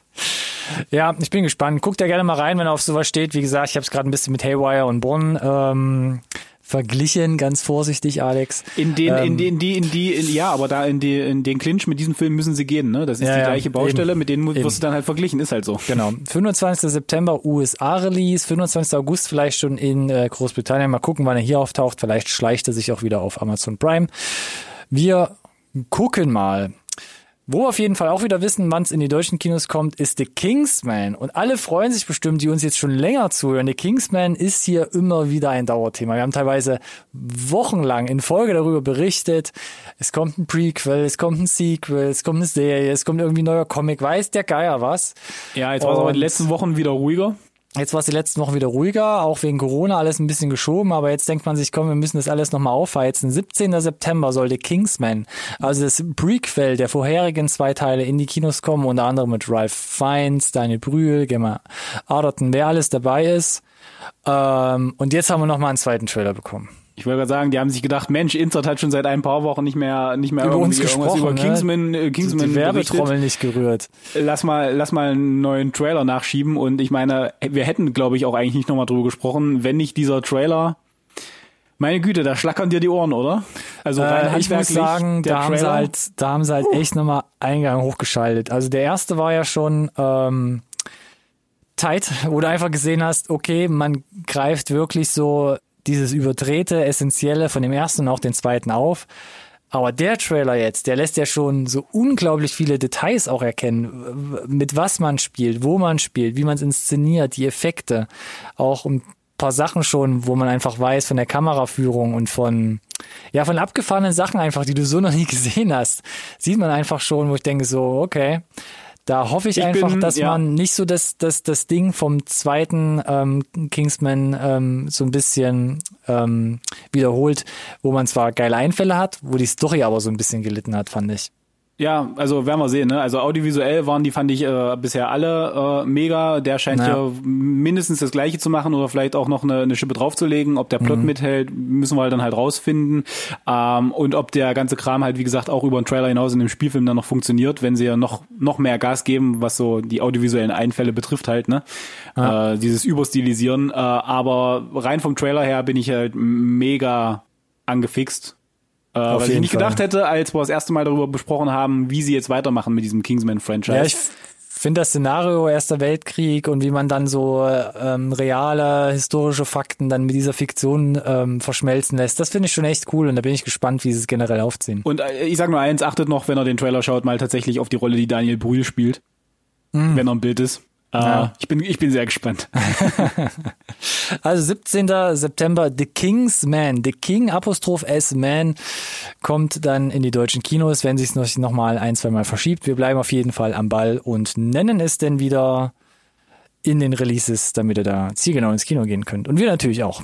Ja, ich bin gespannt. Guckt da gerne mal rein, wenn er auf sowas steht. Wie gesagt, ich habe es gerade ein bisschen mit Haywire und Bourne ähm, verglichen, ganz vorsichtig, Alex. In den, ähm, in die, in die, in die, in, ja, aber da in die, in den Clinch mit diesem Film müssen sie gehen, ne? Das ist ja, die ja, gleiche Baustelle, eben, mit denen wirst eben. du dann halt verglichen, ist halt so. Genau. fünfundzwanzigsten September U S A-Release, fünfundzwanzigsten August vielleicht schon in äh, Großbritannien. Mal gucken, wann er hier auftaucht. Vielleicht schleicht er sich auch wieder auf Amazon Prime. Wir gucken mal. Wo wir auf jeden Fall auch wieder wissen, wann es in die deutschen Kinos kommt, ist The Kingsman. Und alle freuen sich bestimmt, die uns jetzt schon länger zuhören. The Kingsman ist hier immer wieder ein Dauerthema. Wir haben teilweise wochenlang in Folge darüber berichtet. Es kommt ein Prequel, es kommt ein Sequel, es kommt eine Serie, es kommt irgendwie ein neuer Comic, weiß der Geier was. Ja, jetzt war es aber in den letzten Wochen wieder ruhiger. Jetzt war es die letzten Wochen wieder ruhiger, auch wegen Corona alles ein bisschen geschoben, aber jetzt denkt man sich, komm, wir müssen das alles nochmal aufheizen. siebzehnten September sollte Kingsman, also das Prequel der vorherigen zwei Teile, in die Kinos kommen, unter anderem mit Ralph Fiennes, Daniel Brühl, Gemma Arterton, wer alles dabei ist. Ähm, und jetzt haben wir nochmal einen zweiten Trailer bekommen. Ich wollte gerade sagen, die haben sich gedacht, Mensch, Insert hat schon seit ein paar Wochen nicht mehr nicht mehr über irgendwie uns gesprochen, über ne? Kingsman, äh, Kingsman die Werbetrommel nicht gerührt. Lass mal lass mal einen neuen Trailer nachschieben und ich meine, wir hätten, glaube ich, auch eigentlich nicht nochmal drüber gesprochen, wenn nicht dieser Trailer. Meine Güte, da schlackern dir die Ohren, oder? Also rein äh, ich muss sagen, der da haben sie halt da haben sie halt echt nochmal Eingang hochgeschaltet. Also der erste war ja schon ähm, tight, wo du einfach gesehen hast, okay, man greift wirklich so dieses überdrehte, essentielle von dem ersten und auch den zweiten auf. Aber der Trailer jetzt, der lässt ja schon so unglaublich viele Details auch erkennen, mit was man spielt, wo man spielt, wie man es inszeniert, die Effekte. Auch ein paar Sachen schon, wo man einfach weiß von der Kameraführung und von, ja, von abgefahrenen Sachen einfach, die du so noch nie gesehen hast. Sieht man einfach schon, wo ich denke so, okay, da hoffe ich, ich einfach, bin, dass ja. man nicht so das, das, das Ding vom zweiten ähm, Kingsman ähm, so ein bisschen ähm, wiederholt, wo man zwar geile Einfälle hat, wo die Story aber so ein bisschen gelitten hat, fand ich. Ja, also werden wir sehen, ne? Also audiovisuell waren die, fand ich, äh, bisher alle äh, mega. Der scheint ja. ja mindestens das Gleiche zu machen oder vielleicht auch noch eine, eine Schippe draufzulegen. Ob der Plot mhm. mithält, müssen wir halt dann halt rausfinden. Ähm, und ob der ganze Kram halt, wie gesagt, auch über den Trailer hinaus in dem Spielfilm dann noch funktioniert, wenn sie ja noch noch mehr Gas geben, was so die audiovisuellen Einfälle betrifft halt, ne? Ja. Äh, dieses Überstilisieren. Äh, aber rein vom Trailer her bin ich halt mega angefixt. Äh, was ich nicht Fall. gedacht hätte, als wir das erste Mal darüber besprochen haben, wie sie jetzt weitermachen mit diesem Kingsman-Franchise. Ja, ich finde das Szenario Erster Weltkrieg und wie man dann so ähm, reale, historische Fakten dann mit dieser Fiktion ähm, verschmelzen lässt, das finde ich schon echt cool und da bin ich gespannt, wie sie es generell aufziehen. Und äh, ich sag nur eins, achtet noch, wenn ihr den Trailer schaut, mal tatsächlich auf die Rolle, die Daniel Brühl spielt, mhm. wenn er ein Bild ist. Ja. Uh, ich bin ich bin sehr gespannt. Also siebzehnten September, The Kingsman, The King Apostroph S Man kommt dann in die deutschen Kinos, wenn sich es noch mal ein, zwei Mal verschiebt. Wir bleiben auf jeden Fall am Ball und nennen es denn wieder in den Releases, damit ihr da zielgenau ins Kino gehen könnt. Und wir natürlich auch.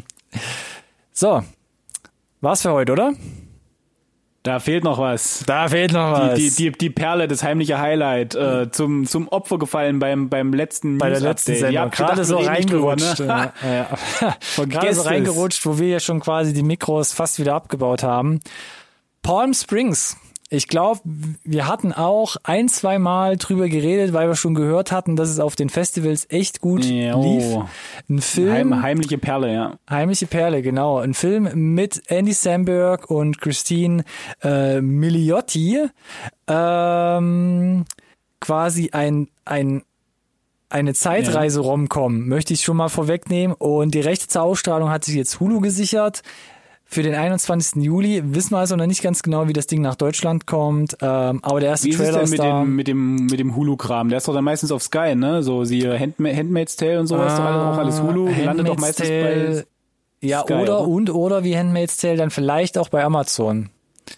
So, war's für heute, oder? Da fehlt noch was. Da fehlt noch was. Die, die, die, die Perle, das heimliche Highlight, äh, zum, zum Opfer gefallen beim, beim letzten Bei der letzten Sendung. Gerade so reingerutscht. Drüber, ne? ja, ja. Gerade so reingerutscht, wo wir ja schon quasi die Mikros fast wieder abgebaut haben. Palm Springs. Ich glaube, wir hatten auch ein, zwei Mal drüber geredet, weil wir schon gehört hatten, dass es auf den Festivals echt gut jo. lief. Ein Film. Heim, heimliche Perle, ja. Heimliche Perle, genau. Ein Film mit Andy Samberg und Christine äh, Milioti. Ähm, quasi ein, ein, eine Zeitreise-Rom-Com, möchte ich schon mal vorwegnehmen. Und die Rechte zur Ausstrahlung hat sich jetzt Hulu gesichert. Für den einundzwanzigsten Juli wissen wir also noch nicht ganz genau, wie das Ding nach Deutschland kommt, ähm, aber der erste wie Trailer ist, ist denn da. Mit dem, mit dem, mit dem Hulu-Kram, der ist doch dann meistens auf Sky, ne? So, siehe Hand, Handmaid's Tale und so, ist doch auch alles Hulu, Handmaid's landet doch meistens Tale, bei Ja, Sky, oder, oder? und, oder wie Handmaid's Tale dann vielleicht auch bei Amazon.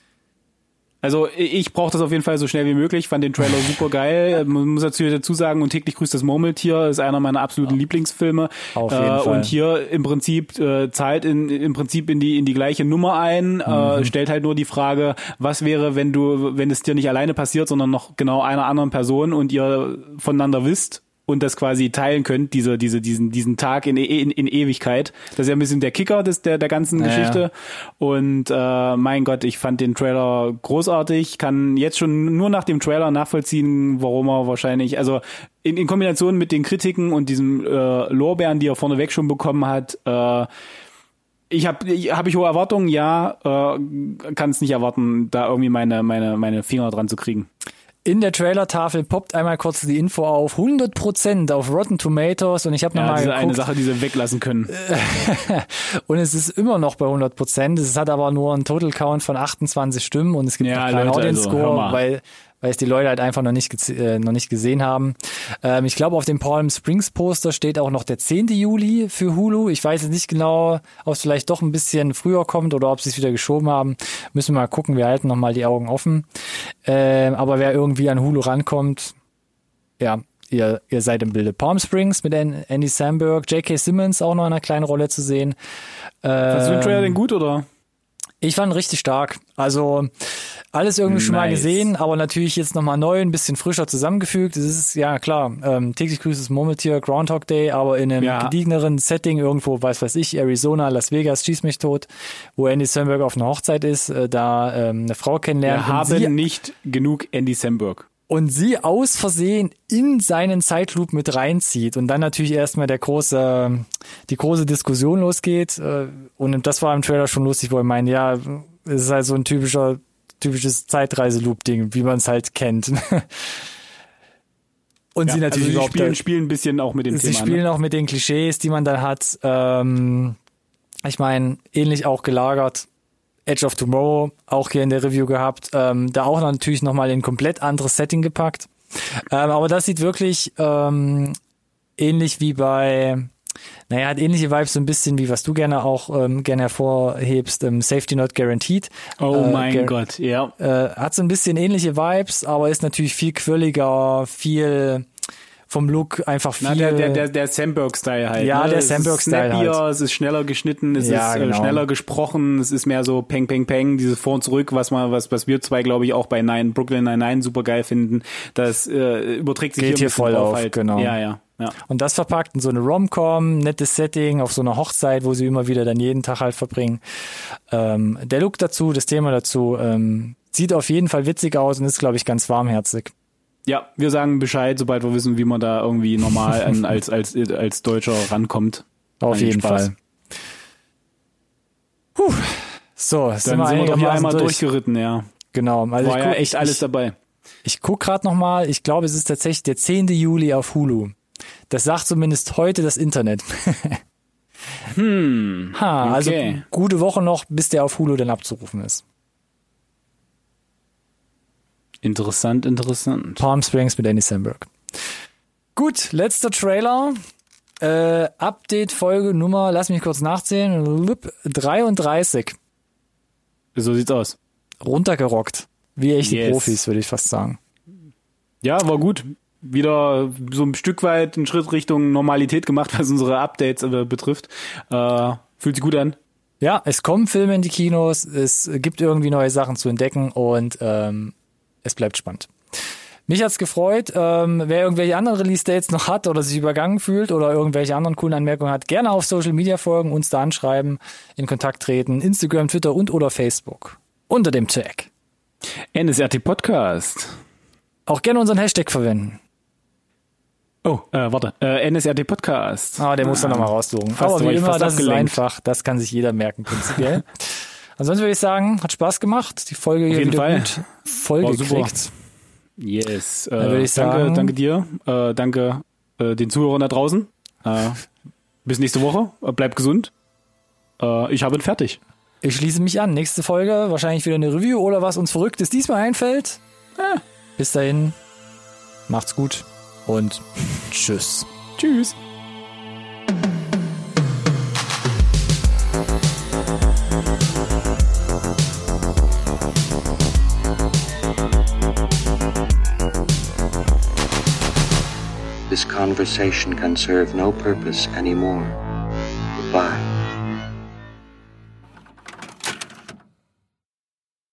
Also ich brauche das auf jeden Fall so schnell wie möglich. Fand den Trailer super geil. Man muss natürlich dazu sagen, und täglich grüßt das Murmeltier ist einer meiner absoluten Lieblingsfilme. Auf jeden äh, Fall. Und hier im Prinzip äh, zahlt in, im Prinzip in die in die gleiche Nummer ein. Mhm. Äh, stellt halt nur die Frage, was wäre, wenn du, wenn es dir nicht alleine passiert, sondern noch genau einer anderen Person und ihr voneinander wisst und das quasi teilen könnt, diese, diese, diesen, diesen Tag in, in, in Ewigkeit. Das ist ja ein bisschen der Kicker des, der, der ganzen ja, Geschichte. Ja. Und äh, mein Gott, ich fand den Trailer großartig. Kann jetzt schon nur nach dem Trailer nachvollziehen, warum er wahrscheinlich, also in, in Kombination mit den Kritiken und diesem äh, Lorbeeren, die er vorneweg schon bekommen hat, äh, ich habe hab ich hohe Erwartungen, ja, äh, kann es nicht erwarten, da irgendwie meine, meine, meine Finger dran zu kriegen. In der Trailer-Tafel poppt einmal kurz die Info auf, hundert Prozent auf Rotten Tomatoes und ich habe ja, nochmal geguckt. Das ist eine Sache, die sie weglassen können. Und es ist immer noch bei hundert Prozent, es hat aber nur einen Total Count von achtundzwanzig Stimmen und es gibt ja, noch keinen Leute, Audience Score, also, weil weil es die Leute halt einfach noch nicht äh, noch nicht gesehen haben. Ähm, ich glaube, auf dem Palm Springs Poster steht auch noch der zehnten Juli für Hulu. Ich weiß jetzt nicht genau, ob es vielleicht doch ein bisschen früher kommt oder ob sie es wieder geschoben haben. Müssen wir mal gucken, wir halten noch mal die Augen offen. Ähm, aber wer irgendwie an Hulu rankommt, ja, ihr, ihr seid im Bilde. Palm Springs mit Andy Samberg, J K. Simmons auch noch in einer kleinen Rolle zu sehen. Fandst du den Trailer denn gut, oder? Ich fand ihn richtig stark. Also alles irgendwie nice. Schon mal gesehen, aber natürlich jetzt nochmal neu, ein bisschen frischer zusammengefügt. Es ist, ja klar, ähm, täglich grüßes Murmeltier, Groundhog Day, aber in einem ja. gediegeneren Setting irgendwo, weiß weiß ich, Arizona, Las Vegas, schieß mich tot, wo Andy Samberg auf einer Hochzeit ist, äh, da ähm, eine Frau kennenlernt. Wir haben sie, nicht genug Andy Samberg. Und sie aus Versehen in seinen Zeitloop mit reinzieht und dann natürlich erstmal der große, die große Diskussion losgeht. Und das war im Trailer schon lustig, wo er meint, ja, es ist halt so ein typischer, typisches Zeitreise-Loop-Ding, wie man es halt kennt. Und ja, sie natürlich also überhaupt spielen, spielen ein bisschen auch mit dem sie Thema. Sie spielen ne? auch mit den Klischees, die man dann hat. Ähm, ich meine, ähnlich auch gelagert. Edge of Tomorrow, auch hier in der Review gehabt, ähm, da auch natürlich nochmal in ein komplett anderes Setting gepackt. Ähm, aber das sieht wirklich ähm, ähnlich wie bei, naja, hat ähnliche Vibes so ein bisschen wie, was du gerne auch ähm, gerne hervorhebst, ähm, Safety Not Guaranteed. Oh äh, mein Gar- Gott, ja. Äh, hat so ein bisschen ähnliche Vibes, aber ist natürlich viel quirliger, viel vom Look einfach viel... Na, der, der, der, der Samberg-Style halt. Ja, ne? der Samberg-Style halt. Es ist schneller geschnitten, es ja, ist genau. äh, schneller gesprochen, es ist mehr so Peng, Peng, Peng, dieses Vor und Zurück, was man, was, was wir zwei, glaube ich, auch bei Nine, Brooklyn Nine-Nine super geil finden. Das äh, überträgt sich Geht hier, hier voll auf, halt. genau. Ja, ja, ja. Und das verpackt in so eine Rom-Com, nettes Setting, auf so einer Hochzeit, wo sie immer wieder dann jeden Tag halt verbringen. Ähm, der Look dazu, das Thema dazu, ähm, sieht auf jeden Fall witzig aus und ist, glaube ich, ganz warmherzig. Ja, wir sagen Bescheid, sobald wir wissen, wie man da irgendwie normal an, als, als, als Deutscher rankommt. Auf jeden Spaß. Fall. Puh. So, dann sind wir, sind wir doch hier einmal durch. durchgeritten, ja. Genau. Also War ich ja guck, echt alles ich, dabei. Ich guck gerade nochmal, ich glaube, es ist tatsächlich der zehnten Juli auf Hulu. Das sagt zumindest heute das Internet. hm. Ha, okay. Also gute Woche noch, bis der auf Hulu dann abzurufen ist. Interessant, interessant. Palm Springs mit Andy Samberg. Gut, letzter Trailer. Äh, Update-Folge Nummer, lass mich kurz nachzählen, dreiunddreißig. So sieht's aus. Runtergerockt. Wie echte yes. Profis, würde ich fast sagen. Ja, war gut. Wieder so ein Stück weit einen Schritt Richtung Normalität gemacht, was unsere Updates äh, betrifft. Äh, fühlt sich gut an. Ja, es kommen Filme in die Kinos, es gibt irgendwie neue Sachen zu entdecken und ähm, es bleibt spannend. Mich hat's gefreut. Ähm, wer irgendwelche anderen Release-Dates noch hat oder sich übergangen fühlt oder irgendwelche anderen coolen Anmerkungen hat, gerne auf Social Media folgen, uns da anschreiben, in Kontakt treten, Instagram, Twitter und oder Facebook. Unter dem Tag N S R T Podcast. Auch gerne unseren Hashtag verwenden. Oh, äh, warte. Äh, N S R T Podcast. Ah, der muss dann nochmal raussuchen. Fast, Aber wie immer, das abgelenkt. ist einfach. Das kann sich jeder merken, prinzipiell. Ansonsten würde ich sagen, hat Spaß gemacht. Die Folge hier jeden wieder Fall. gut vollgekriegt. Yes. Äh, Dann würde ich danke, sagen, danke dir. Äh, danke äh, den Zuhörern da draußen. Äh, bis nächste Woche. Äh, bleibt gesund. Äh, ich habe ihn fertig. Ich schließe mich an. Nächste Folge, wahrscheinlich wieder eine Review oder was uns Verrücktes diesmal einfällt. Äh. Bis dahin, macht's gut und tschüss. Tschüss. This conversation can serve no purpose anymore.